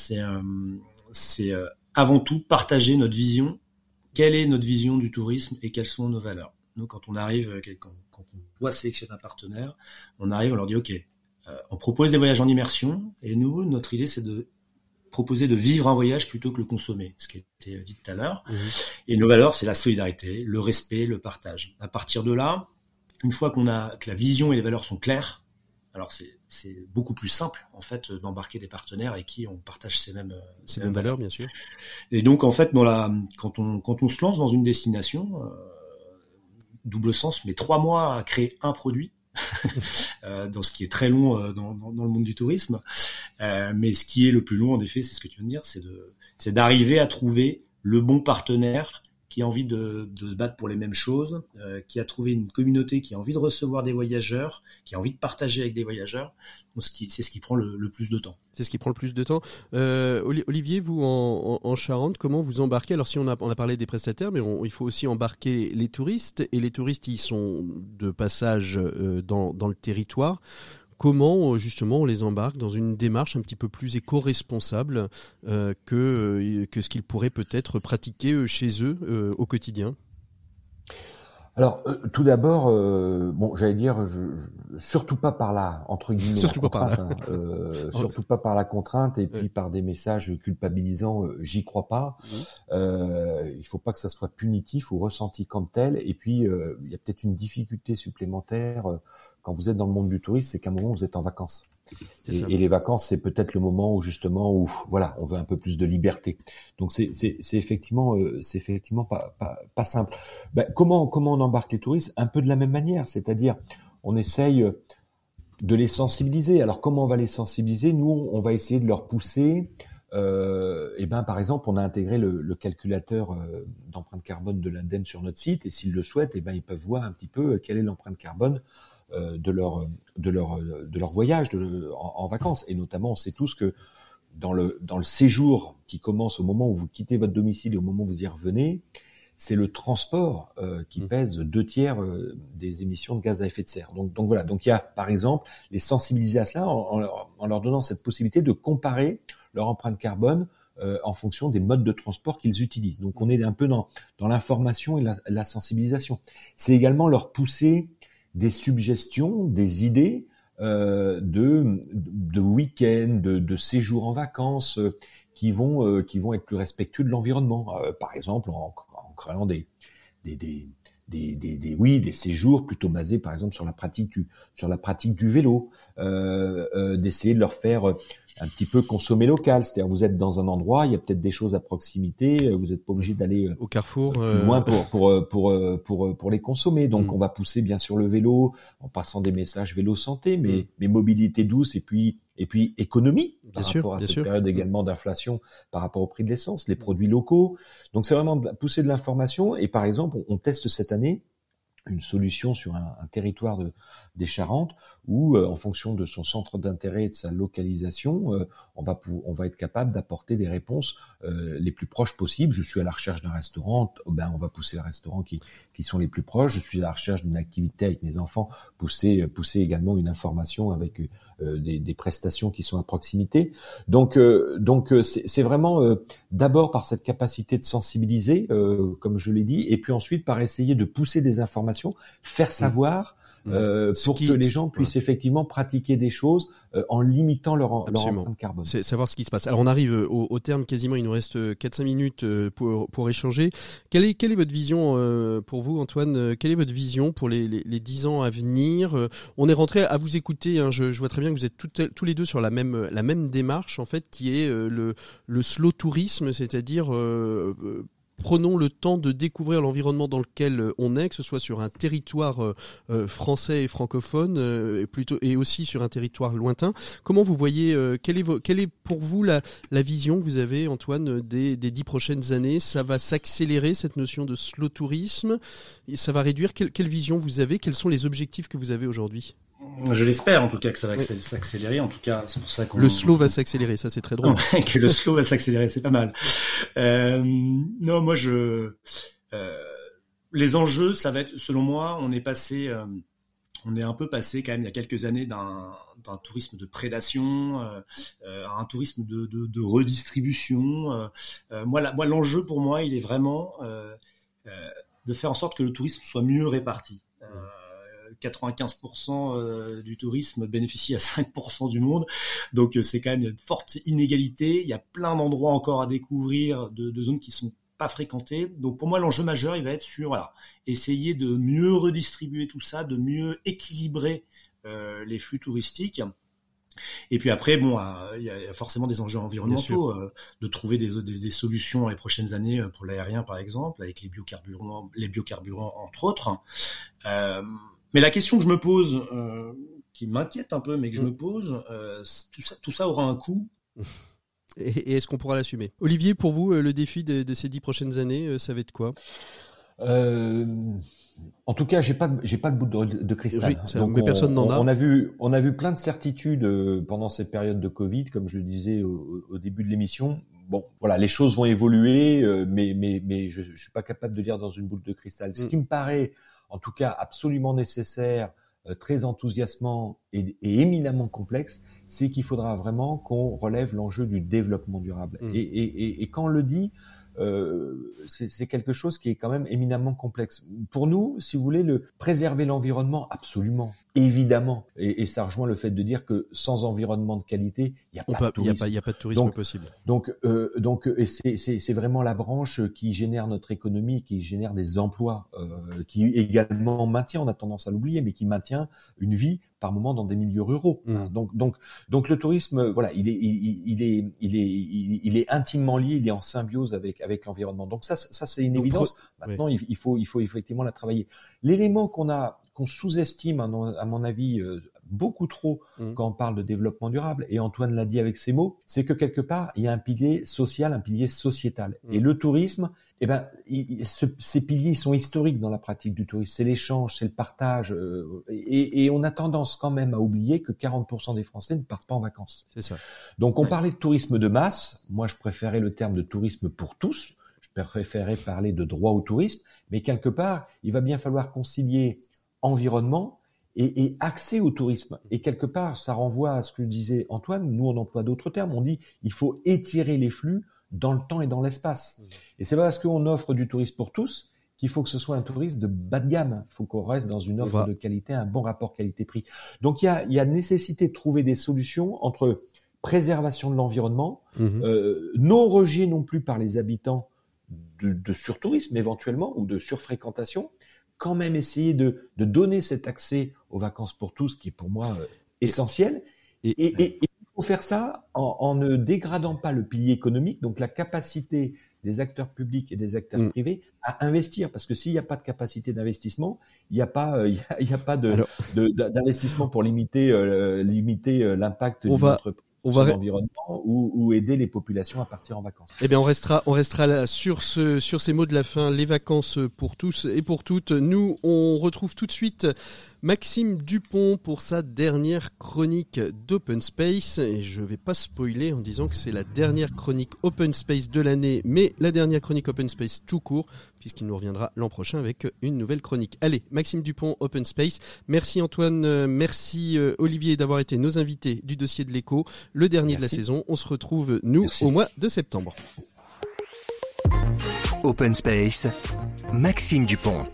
C'est avant tout partager notre vision. Quelle est notre vision du tourisme et quelles sont nos valeurs ? Nous, quand on arrive, quand on doit sélectionner un partenaire, on arrive, on leur dit OK, on propose des voyages en immersion, et nous, notre idée, c'est de proposer de vivre un voyage plutôt que le consommer, ce qui a été dit tout à l'heure. Et nos valeurs, c'est la solidarité, le respect, le partage. À partir de là, une fois que la vision et les valeurs sont claires, alors c'est beaucoup plus simple en fait d'embarquer des partenaires avec qui on partage ces mêmes valeurs, bien sûr. Et donc en fait quand on se lance dans une destination, Double Sens met 3 mois à créer un produit. Dans ce qui est très long dans le monde du tourisme, mais ce qui est le plus long en effet, c'est ce que tu viens de dire, c'est d'arriver à trouver le bon partenaire qui a envie de se battre pour les mêmes choses, qui a trouvé une communauté qui a envie de recevoir des voyageurs, qui a envie de partager avec des voyageurs. Donc c'est ce qui prend le plus de temps. C'est ce qui prend le plus de temps. Olivier, vous en Charente, comment vous embarquez ? Alors si on a parlé des prestataires, mais il faut aussi embarquer les touristes, et les touristes ils sont de passage dans le territoire. Comment justement on les embarque dans une démarche un petit peu plus éco-responsable que ce qu'ils pourraient peut-être pratiquer chez eux au quotidien ? Alors, tout d'abord, j'allais dire, surtout pas par la, entre guillemets, surtout pas par la contrainte, et puis par des messages culpabilisants, j'y crois pas. Il faut pas que ça soit punitif ou ressenti comme tel. Et puis, il y a peut-être une difficulté supplémentaire quand vous êtes dans le monde du tourisme, c'est qu'à un moment vous êtes en vacances. Et les vacances, c'est peut-être le moment où voilà, on veut un peu plus de liberté. Donc c'est effectivement pas simple. Comment on embarque les touristes ? Un peu de la même manière, c'est-à-dire on essaye de les sensibiliser. Alors comment on va les sensibiliser ? Nous, on va essayer de leur pousser. Par exemple, on a intégré le calculateur d'empreinte carbone de l'ADEME sur notre site, et s'ils le souhaitent, ils peuvent voir un petit peu quelle est l'empreinte carbone de leur voyage en vacances. Et notamment, on sait tous que dans le séjour qui commence au moment où vous quittez votre domicile et au moment où vous y revenez, c'est le transport qui pèse 2/3 des émissions de gaz à effet de serre. Donc voilà. Donc il y a, par exemple, les sensibiliser à cela en leur donnant cette possibilité de comparer leur empreinte carbone en fonction des modes de transport qu'ils utilisent. Donc on est un peu dans l'information et la sensibilisation. C'est également leur pousser des suggestions, des idées de week-end, de séjours en vacances qui vont être plus respectueux de l'environnement. Par exemple, en créant des des séjours plutôt basés par exemple sur la pratique du vélo, d'essayer de leur faire un petit peu consommer local, c'est-à-dire vous êtes dans un endroit, il y a peut-être des choses à proximité, vous n'êtes pas obligé d'aller au Carrefour plus loin pour les consommer. Donc on va pousser bien sûr le vélo en passant des messages vélo santé, mais mobilité douce et puis économie par rapport à cette période également d'inflation par rapport au prix de l'essence, les produits locaux. Donc c'est vraiment pousser de l'information. Et par exemple, on teste cette année une solution sur un territoire des Charentes où, en fonction de son centre d'intérêt et de sa localisation, on va être capable d'apporter des réponses les plus proches possibles. Je suis à la recherche d'un restaurant, on va pousser les restaurants qui sont les plus proches. Je suis à la recherche d'une activité avec mes enfants, pousser également une information avec des prestations qui sont à proximité. Donc c'est vraiment d'abord par cette capacité de sensibiliser, comme je l'ai dit, et puis ensuite par essayer de pousser des informations, faire savoir pour que les gens puissent effectivement pratiquer des choses en limitant leur empreinte carbone. C'est savoir ce qui se passe. Alors on arrive au terme quasiment, il nous reste 4-5 minutes pour échanger. Quelle est votre vision pour vous, Antoine? Quelle est votre vision pour les 10 ans à venir? On est rentré à vous écouter, hein, je vois très bien que vous êtes tous les deux sur la même démarche en fait, qui est le slow tourisme, c'est-à-dire prenons le temps de découvrir l'environnement dans lequel on est, que ce soit sur un territoire français et francophone, et aussi sur un territoire lointain. Comment vous voyez, quelle est pour vous la vision que vous avez, Antoine, des 10 prochaines années? Ça va s'accélérer, cette notion de slow tourisme? Ça va réduire? Quelle vision vous avez? Quels sont les objectifs que vous avez aujourd'hui? Je l'espère en tout cas que ça va s'accélérer. En tout cas, c'est pour ça qu'on... Le slow va s'accélérer, ça c'est très drôle. Que le slow va s'accélérer, c'est pas mal. Non, moi les enjeux, ça va être, selon moi, on est un peu passé quand même il y a quelques années d'un tourisme de prédation à un tourisme de redistribution. Moi, l'enjeu pour moi, il est vraiment de faire en sorte que le tourisme soit mieux réparti. 95% du tourisme bénéficie à 5% du monde, donc c'est quand même une forte inégalité. Il y a plein d'endroits encore à découvrir, de zones qui sont pas fréquentées. Donc pour moi, l'enjeu majeur, il va être sur essayer de mieux redistribuer tout ça, de mieux équilibrer les flux touristiques. Et puis après, il y a forcément des enjeux environnementaux, de trouver des solutions dans les prochaines années pour l'aérien, par exemple, avec les biocarburants entre autres. Mais la question que je me pose, qui m'inquiète un peu, mais que je me pose, tout ça aura un coût. Et est-ce qu'on pourra l'assumer? Olivier, pour vous, le défi de ces 10 prochaines années, ça va être quoi? En tout cas, j'ai pas de boule de cristal. Oui, donc, mais personne n'en a. On a vu plein de certitudes pendant cette période de Covid, comme je le disais au début de l'émission. Bon, voilà, les choses vont évoluer, mais je suis pas capable de lire dans une boule de cristal. Ce qui me paraît, en tout cas, absolument nécessaire, très enthousiasmant et éminemment complexe, c'est qu'il faudra vraiment qu'on relève l'enjeu du développement durable. Et quand on le dit, c'est quelque chose qui est quand même éminemment complexe. Pour nous, si vous voulez, préserver l'environnement, absolument, évidemment. Et ça rejoint le fait de dire que sans environnement de qualité, il n'y a pas de tourisme. Il y a pas de tourisme possible. Donc, et c'est vraiment la branche qui génère notre économie, qui génère des emplois, qui également maintient, on a tendance à l'oublier, mais qui maintient une vie par moment dans des milieux ruraux. Donc le tourisme, voilà, il est intimement lié, il est en symbiose avec l'environnement. Donc ça c'est une évidence. Maintenant, il faut effectivement la travailler. L'élément qu'on sous-estime, à mon avis, beaucoup trop quand on parle de développement durable, et Antoine l'a dit avec ses mots, c'est que quelque part, il y a un pilier social, un pilier sociétal. Et le tourisme, ces piliers sont historiques dans la pratique du tourisme. C'est l'échange, c'est le partage, et on a tendance quand même à oublier que 40% des Français ne partent pas en vacances. C'est ça. Donc on parlait de tourisme de masse. Moi, je préférais le terme de tourisme pour tous. Je préférais parler de droit au tourisme. Mais quelque part, il va bien falloir concilier environnement et accès au tourisme. Et quelque part, ça renvoie à ce que disait Antoine. Nous, on emploie d'autres termes. On dit il faut étirer les flux dans le temps et dans l'espace. Et c'est pas parce qu'on offre du tourisme pour tous qu'il faut que ce soit un tourisme de bas de gamme. Il faut qu'on reste dans une offre de qualité, un bon rapport qualité-prix. Donc il y a nécessité de trouver des solutions entre préservation de l'environnement, non rejet non plus par les habitants de surtourisme éventuellement ou de surfréquentation, quand même essayer de donner cet accès aux vacances pour tous, qui est pour moi essentiel. Et il faut faire ça en ne dégradant pas le pilier économique, donc la capacité des acteurs publics et des acteurs privés à investir, parce que s'il n'y a pas de capacité d'investissement, il n'y a pas d'investissement pour limiter l'impact d'une entreprise sur l'environnement ou aider les populations à partir en vacances. Eh bien, on restera là sur ces mots de la fin, les vacances pour tous et pour toutes. Nous, on retrouve tout de suite Maxime Dupont pour sa dernière chronique d'Open Space. Et je vais pas spoiler en disant que c'est la dernière chronique Open Space de l'année, mais la dernière chronique Open Space tout court, puisqu'il nous reviendra l'an prochain avec une nouvelle chronique. Allez, Maxime Dupont, Open Space. Merci Antoine, merci Olivier d'avoir été nos invités du dossier de l'écho, le dernier de la saison. On se retrouve, nous, au mois de septembre. Open Space, Maxime Dupont.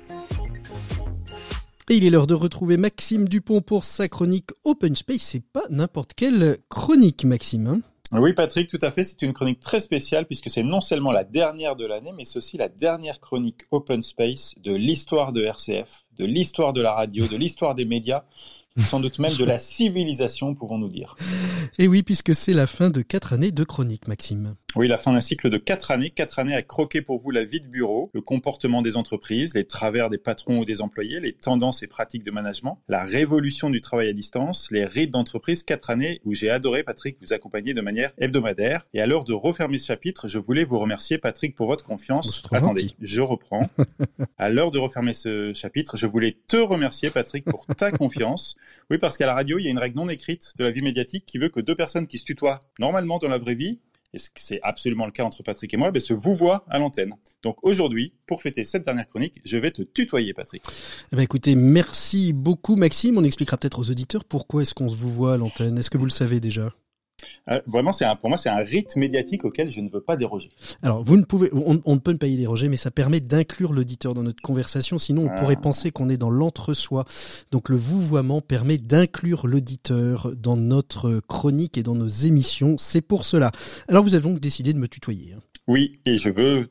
Et il est l'heure de retrouver Maxime Dupont pour sa chronique Open Space. C'est pas n'importe quelle chronique, Maxime, hein? Oui, Patrick, tout à fait. C'est une chronique très spéciale puisque c'est non seulement la dernière de l'année, mais c'est aussi la dernière chronique Open Space de l'histoire de RCF, de l'histoire de la radio, de l'histoire des médias, sans doute même de la civilisation, pouvons-nous dire. Et oui, puisque c'est la fin de 4 années de chronique, Maxime. Oui, la fin d'un cycle de 4 années. 4 années à croquer pour vous la vie de bureau, le comportement des entreprises, les travers des patrons ou des employés, les tendances et pratiques de management, la révolution du travail à distance, les rites d'entreprise. 4 années où j'ai adoré, Patrick, vous accompagner de manière hebdomadaire. Et à l'heure de refermer ce chapitre, je voulais vous remercier, Patrick, pour votre confiance. Attendez, gentil. Je reprends. À l'heure de refermer ce chapitre, je voulais te remercier, Patrick, pour ta confiance. Oui, parce qu'à la radio, il y a une règle non écrite de la vie médiatique qui veut que 2 personnes qui se tutoient normalement dans la vraie vie, et c'est absolument le cas entre Patrick et moi, se vouvoient à l'antenne. Donc aujourd'hui, pour fêter cette dernière chronique, je vais te tutoyer, Patrick. Écoutez, merci beaucoup, Maxime. On expliquera peut-être aux auditeurs pourquoi est-ce qu'on se vouvoie à l'antenne. Est-ce que vous le savez déjà ? Vraiment, pour moi, c'est un rite médiatique auquel je ne veux pas déroger. Alors, on ne peut pas y déroger, mais ça permet d'inclure l'auditeur dans notre conversation. Sinon, on pourrait penser qu'on est dans l'entre-soi. Donc, le vouvoiement permet d'inclure l'auditeur dans notre chronique et dans nos émissions. C'est pour cela. Alors, vous avez donc décidé de me tutoyer. Oui, et je veux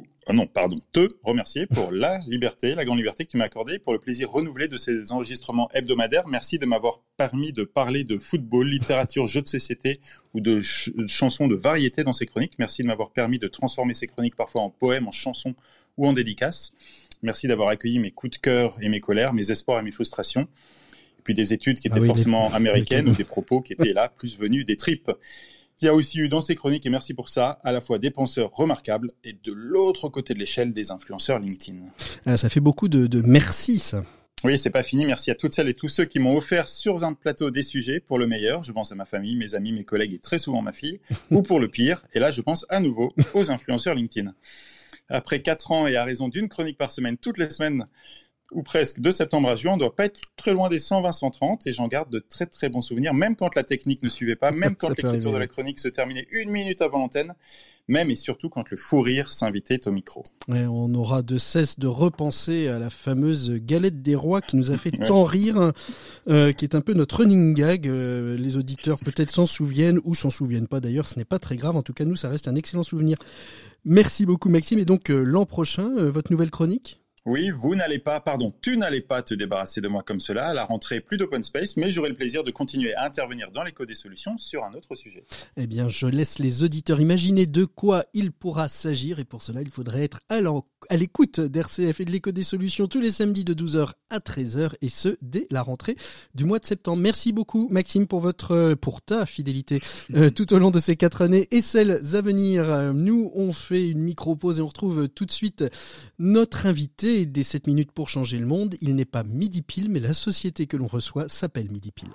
te remercier pour la grande liberté que tu m'as accordée, pour le plaisir renouvelé de ces enregistrements hebdomadaires. Merci de m'avoir permis de parler de football, littérature, jeux de société ou de chansons de variété dans ces chroniques. Merci de m'avoir permis de transformer ces chroniques parfois en poèmes, en chansons ou en dédicaces. Merci d'avoir accueilli mes coups de cœur et mes colères, mes espoirs et mes frustrations. Et puis des études qui étaient forcément américaines ou des propos qui étaient là, plus venus des tripes. Il y a aussi eu dans ces chroniques, et merci pour ça, à la fois des penseurs remarquables et de l'autre côté de l'échelle des influenceurs LinkedIn. Ça fait beaucoup de merci, ça. Oui, c'est pas fini. Merci à toutes celles et tous ceux qui m'ont offert sur un plateau des sujets pour le meilleur. Je pense à ma famille, mes amis, mes collègues et très souvent ma fille. Ou pour le pire. Et là, je pense à nouveau aux influenceurs LinkedIn. Après 4 ans et à raison d'une chronique par semaine, toutes les semaines, ou presque, de septembre à juin, on ne doit pas être très loin des 120-130 et j'en garde de très très bons souvenirs, même quand la technique ne suivait pas, même quand l'écriture de la chronique se terminait 1 minute avant l'antenne, même et surtout quand le fou rire s'invitait au micro. Ouais, on aura de cesse de repenser à la fameuse galette des rois qui nous a fait tant rire, qui est un peu notre running gag. Les auditeurs peut-être s'en souviennent ou s'en souviennent pas d'ailleurs, ce n'est pas très grave. En tout cas, nous, ça reste un excellent souvenir. Merci beaucoup, Maxime. Et donc, l'an prochain, votre nouvelle chronique ? Oui, tu n'allais pas te débarrasser de moi comme cela. À la rentrée, plus d'open space, mais j'aurai le plaisir de continuer à intervenir dans l'écho des solutions sur un autre sujet. Eh bien, je laisse les auditeurs imaginer de quoi il pourra s'agir. Et pour cela, il faudrait être à l'écoute d'RCF et de l'écho des solutions tous les samedis de 12h à 13h et ce, dès la rentrée du mois de septembre. Merci beaucoup, Maxime, pour ta fidélité tout au long de ces 4 années et celles à venir. Nous, on fait une micro-pause et on retrouve tout de suite notre invité des 7 minutes pour changer le monde. Il n'est pas midi pile, mais la société que l'on reçoit s'appelle Midi Pile.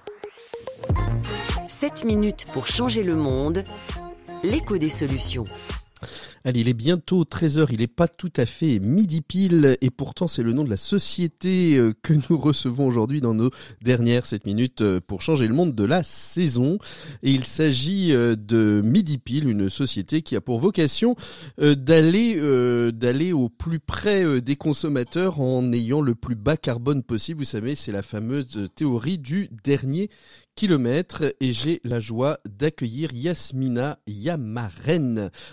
7 minutes pour changer le monde, l'écho des solutions. Allez, il est bientôt 13h, il n'est pas tout à fait midi pile et pourtant c'est le nom de la société que nous recevons aujourd'hui dans nos dernières 7 minutes pour changer le monde de la saison. Et il s'agit de Midi Pile, une société qui a pour vocation d'aller au plus près des consommateurs en ayant le plus bas carbone possible. Vous savez, c'est la fameuse théorie du dernier kilomètre et j'ai la joie d'accueillir Yasmina Yamaren. On a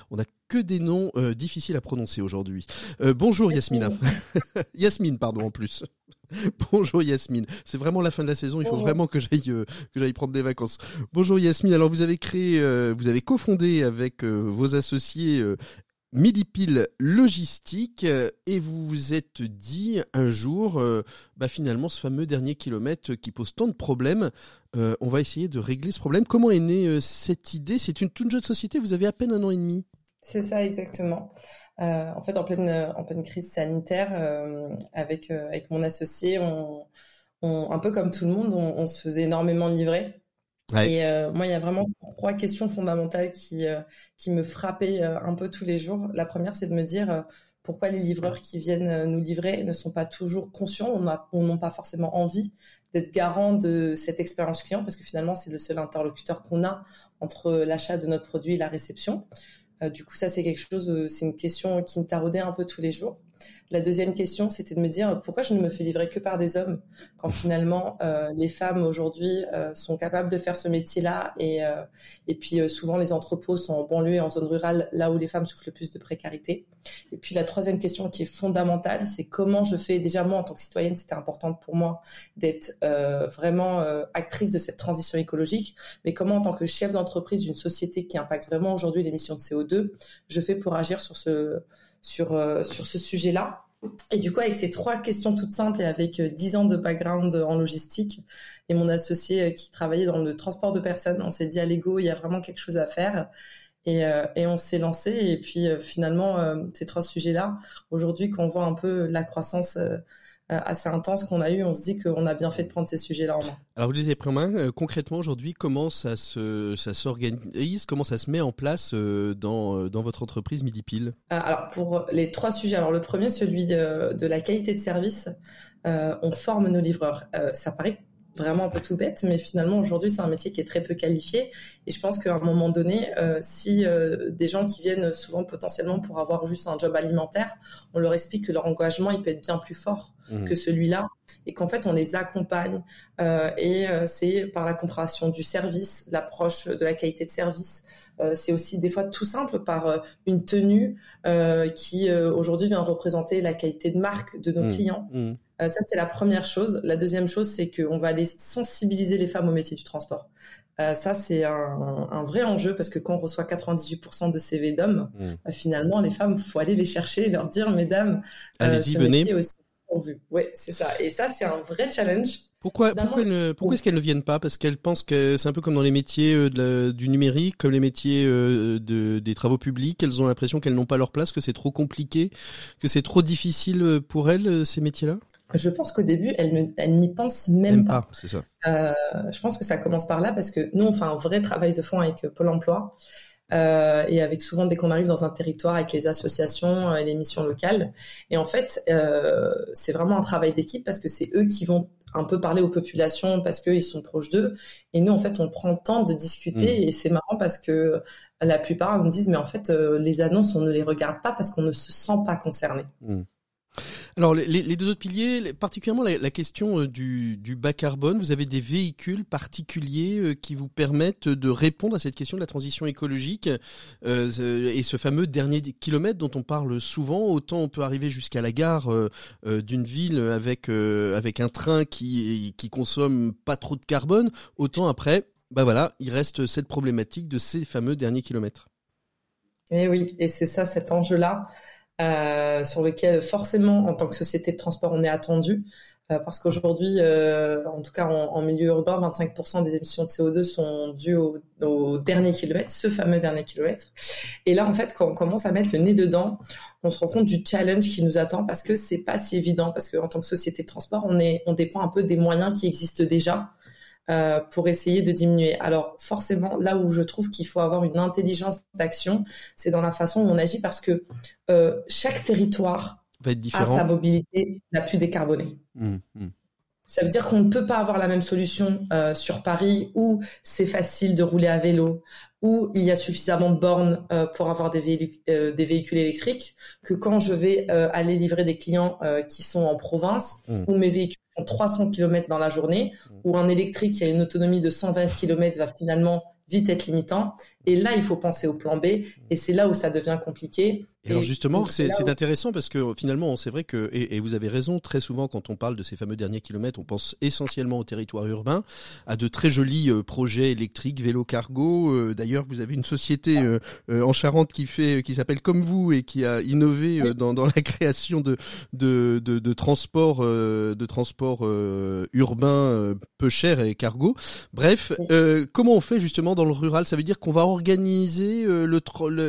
que des noms difficiles à prononcer aujourd'hui. Bonjour Yasmina. Yasmine, pardon, en plus. Bonjour Yasmine. C'est vraiment la fin de la saison. Il faut vraiment que j'aille prendre des vacances. Bonjour Yasmine. Alors vous avez vous avez cofondé avec vos associés Millipile Logistique et vous vous êtes dit un jour, finalement ce fameux dernier kilomètre qui pose tant de problèmes, on va essayer de régler ce problème. Comment est née cette idée? C'est une toute jeune société. Vous avez à peine 1 an et demi. C'est ça, exactement. En fait, en pleine crise sanitaire, avec mon associé, on un peu comme tout le monde, on se faisait énormément livrer. Ouais. Et moi, il y a vraiment 3 questions fondamentales qui me frappaient un peu tous les jours. La première, c'est de me dire pourquoi les livreurs qui viennent nous livrer ne sont pas toujours conscients ou n'ont pas forcément envie d'être garants de cette expérience client, parce que finalement, c'est le seul interlocuteur qu'on a entre l'achat de notre produit et la réception. Du coup, ça, c'est une question qui me taraudait un peu tous les jours. La deuxième question, c'était de me dire pourquoi je ne me fais livrer que par des hommes quand finalement les femmes aujourd'hui sont capables de faire ce métier-là et puis souvent les entrepôts sont en banlieue et en zone rurale, là où les femmes souffrent le plus de précarité. Et puis la troisième question qui est fondamentale, c'est comment je fais, déjà moi en tant que citoyenne, c'était important pour moi d'être vraiment actrice de cette transition écologique, mais comment en tant que chef d'entreprise d'une société qui impacte vraiment aujourd'hui l'émission de CO2, je fais pour agir sur ce sujet-là. Et du coup, avec ces 3 questions toutes simples et avec 10 ans de background en logistique et mon associé qui travaillait dans le transport de personnes, on s'est dit, allez go, il y a vraiment quelque chose à faire. Et on s'est lancé. Et puis finalement, ces 3 sujets-là, aujourd'hui, quand on voit un peu la croissance assez intense qu'on a eu, on se dit qu'on a bien fait de prendre ces sujets-là en main. Alors vous les avez pris en main. Concrètement aujourd'hui, comment ça s'organise, comment ça se met en place dans votre entreprise Millipile? Alors pour les 3 sujets, alors le premier, celui de la qualité de service, on forme nos livreurs. Ça paraît vraiment un peu tout bête, mais finalement aujourd'hui c'est un métier qui est très peu qualifié et je pense qu'à un moment donné, si des gens qui viennent souvent potentiellement pour avoir juste un job alimentaire, on leur explique que leur engagement il peut être bien plus fort que celui-là et qu'en fait on les accompagne et c'est par la compréhension du service, l'approche de la qualité de service. C'est aussi des fois tout simple par une tenue qui aujourd'hui vient représenter la qualité de marque de nos clients. Ça, c'est la première chose. La deuxième chose, c'est qu'on va aller sensibiliser les femmes au métier du transport. Ça, c'est un vrai enjeu parce que quand on reçoit 98% de CV d'hommes, finalement, les femmes, faut aller les chercher et leur dire, mesdames, allez-y, venez. Aussi pourvu. Ouais, c'est ça. Et ça, c'est un vrai challenge. Pourquoi est-ce qu'elles ne viennent pas? Parce qu'elles pensent que c'est un peu comme dans les métiers du numérique, comme les métiers des travaux publics. Elles ont l'impression qu'elles n'ont pas leur place, que c'est trop compliqué, que c'est trop difficile pour elles, ces métiers-là. Je pense qu'au début, elles n'y pensent même pas. C'est ça. Je pense que ça commence par là parce que nous, on fait un vrai travail de fond avec Pôle emploi et avec souvent, dès qu'on arrive dans un territoire avec les associations et les missions locales. Et en fait, c'est vraiment un travail d'équipe parce que c'est eux qui vont un peu parler aux populations parce qu'ils sont proches d'eux. Et nous, en fait, on prend le temps de discuter et c'est marrant parce que la plupart me disent, mais en fait, les annonces, on ne les regarde pas parce qu'on ne se sent pas concerné. Alors les 2 autres piliers, particulièrement la question du bas carbone, vous avez des véhicules particuliers qui vous permettent de répondre à cette question de la transition écologique et ce fameux dernier kilomètre dont on parle souvent. Autant on peut arriver jusqu'à la gare d'une ville avec un train qui consomme pas trop de carbone, autant après, il reste cette problématique de ces fameux derniers kilomètres. Et oui, et c'est ça cet enjeu-là. Sur lequel forcément en tant que société de transport on est attendu parce qu'aujourd'hui en tout cas en milieu urbain 25% des émissions de CO2 sont dues au dernier kilomètre, ce fameux dernier kilomètre. Et là en fait quand on commence à mettre le nez dedans, on se rend compte du challenge qui nous attend parce que c'est pas si évident parce qu'en tant que société de transport on dépend un peu des moyens qui existent déjà pour essayer de diminuer. Alors forcément, là où je trouve qu'il faut avoir une intelligence d'action, c'est dans la façon où on agit parce que chaque territoire va être différent. A sa mobilité la plus décarbonée. Ça veut dire qu'on ne peut pas avoir la même solution sur Paris où c'est facile de rouler à vélo, où il y a suffisamment de bornes pour avoir des véhicules électriques, que quand je vais aller livrer des clients qui sont en province, où mes véhicules font 300 km dans la journée, où un électrique qui a une autonomie de 120 km va finalement vite être limitant. Et là, il faut penser au plan B, et c'est là où ça devient compliqué. Et alors justement, c'est intéressant parce que finalement, c'est vrai que, et vous avez raison, très souvent quand on parle de ces fameux derniers kilomètres, on pense essentiellement au territoire urbain, à de très jolis projets électriques, vélo cargo. D'ailleurs, vous avez une société en Charente qui s'appelle Comme Vous et qui a innové dans la création de transports urbains peu chers et cargo. Bref, comment on fait justement dans le rural? Ça veut dire qu'on va organiser le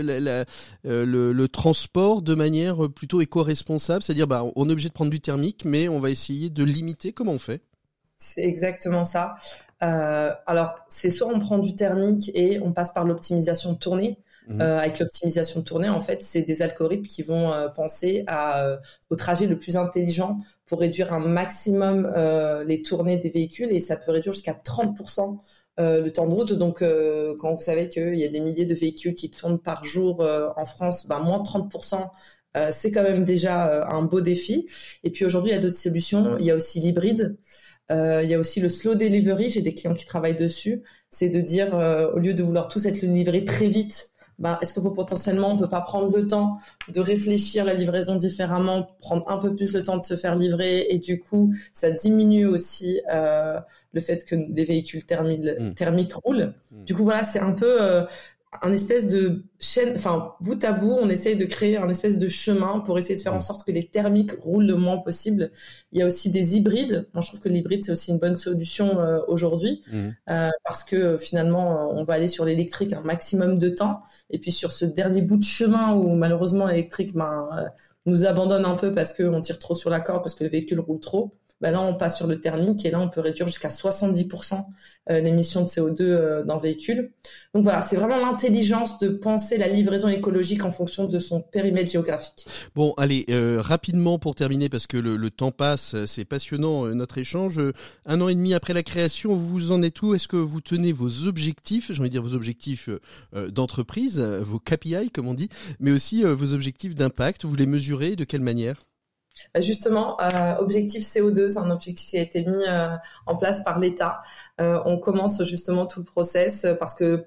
transport de manière plutôt éco-responsable, c'est-à-dire on est obligé de prendre du thermique, mais on va essayer de limiter. Comment on fait? C'est exactement ça. Alors, c'est soit on prend du thermique et on passe par l'optimisation de tournée. Avec l'optimisation de tournée, en fait, c'est des algorithmes qui vont penser au trajet le plus intelligent pour réduire un maximum les tournées des véhicules, et ça peut réduire jusqu'à 30% le temps de route. Donc, quand vous savez qu'il y a des milliers de véhicules qui tournent par jour en France, moins 30%, c'est quand même déjà un beau défi. Et puis aujourd'hui, il y a d'autres solutions. Il y a aussi l'hybride. Il y a aussi le slow delivery. J'ai des clients qui travaillent dessus. C'est de dire, au lieu de vouloir tous être livrés très vite, est-ce que potentiellement on peut pas prendre le temps de réfléchir la livraison différemment, prendre un peu plus le temps de se faire livrer, et du coup ça diminue aussi le fait que les véhicules thermiques roulent. Du coup voilà, c'est un peu un espèce de chaîne, bout à bout, on essaye de créer un espèce de chemin pour essayer de faire en sorte que les thermiques roulent le moins possible. Il y a aussi des hybrides. Moi, je trouve que l'hybride, c'est aussi une bonne solution aujourd'hui, parce que finalement, on va aller sur l'électrique un maximum de temps. Et puis sur ce dernier bout de chemin où malheureusement l'électrique nous abandonne un peu parce qu'on tire trop sur la corde, parce que le véhicule roule trop, là, on passe sur le thermique, et là, on peut réduire jusqu'à 70% l'émission de CO2 d'un véhicule. Donc voilà, c'est vraiment l'intelligence de penser la livraison écologique en fonction de son périmètre géographique. Bon, allez, rapidement pour terminer, parce que le temps passe, c'est passionnant notre échange. 1 an et demi après la création, vous en êtes où? Est-ce que vous tenez vos objectifs, j'ai envie de dire vos objectifs d'entreprise, vos KPI comme on dit, mais aussi vos objectifs d'impact? Vous les mesurez de quelle manière? Justement, objectif CO2, c'est un objectif qui a été mis en place par l'État. On commence justement tout le process parce que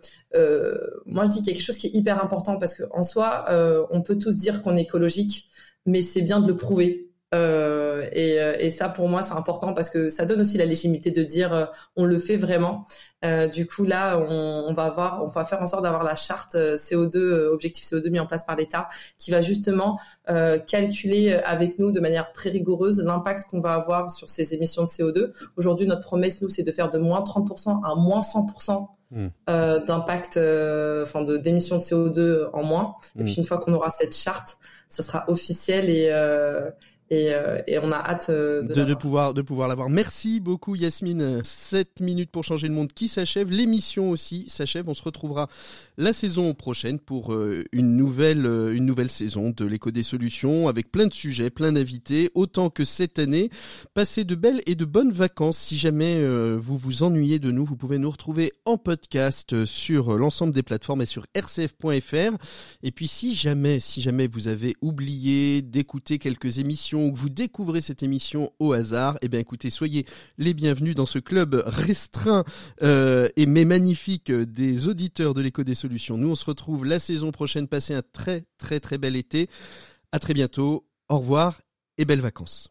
moi je dis qu'il y a quelque chose qui est hyper important, parce que en soi, on peut tous dire qu'on est écologique, mais c'est bien de le prouver. Et ça pour moi c'est important, parce que ça donne aussi la légitimité de dire on le fait vraiment. Du coup là on va faire en sorte d'avoir la charte CO2, objectif CO2 mis en place par l'État, qui va justement calculer avec nous de manière très rigoureuse l'impact qu'on va avoir sur ces émissions de CO2. Aujourd'hui notre promesse, nous, c'est de faire de moins 30% à moins 100% d'impact, d'émissions de CO2 en moins. Et puis une fois qu'on aura cette charte, ça sera officiel, et on a hâte de pouvoir l'avoir. Merci beaucoup Yasmine. 7 minutes pour changer le monde qui s'achève. L'émission aussi s'achève. On se retrouvera la saison prochaine pour une nouvelle saison de l'Écho des Solutions, avec plein de sujets, plein d'invités. Autant que cette année, passez de belles et de bonnes vacances. Si jamais vous vous ennuyez de nous, vous pouvez nous retrouver en podcast sur l'ensemble des plateformes et sur rcf.fr. Et puis si jamais vous avez oublié d'écouter quelques émissions, ou que vous découvrez cette émission au hasard, écoutez, soyez les bienvenus dans ce club restreint mais magnifique des auditeurs de l'Écho des Solutions. Nous, on se retrouve la saison prochaine. Passez un très très très bel été. À très bientôt. Au revoir et belles vacances.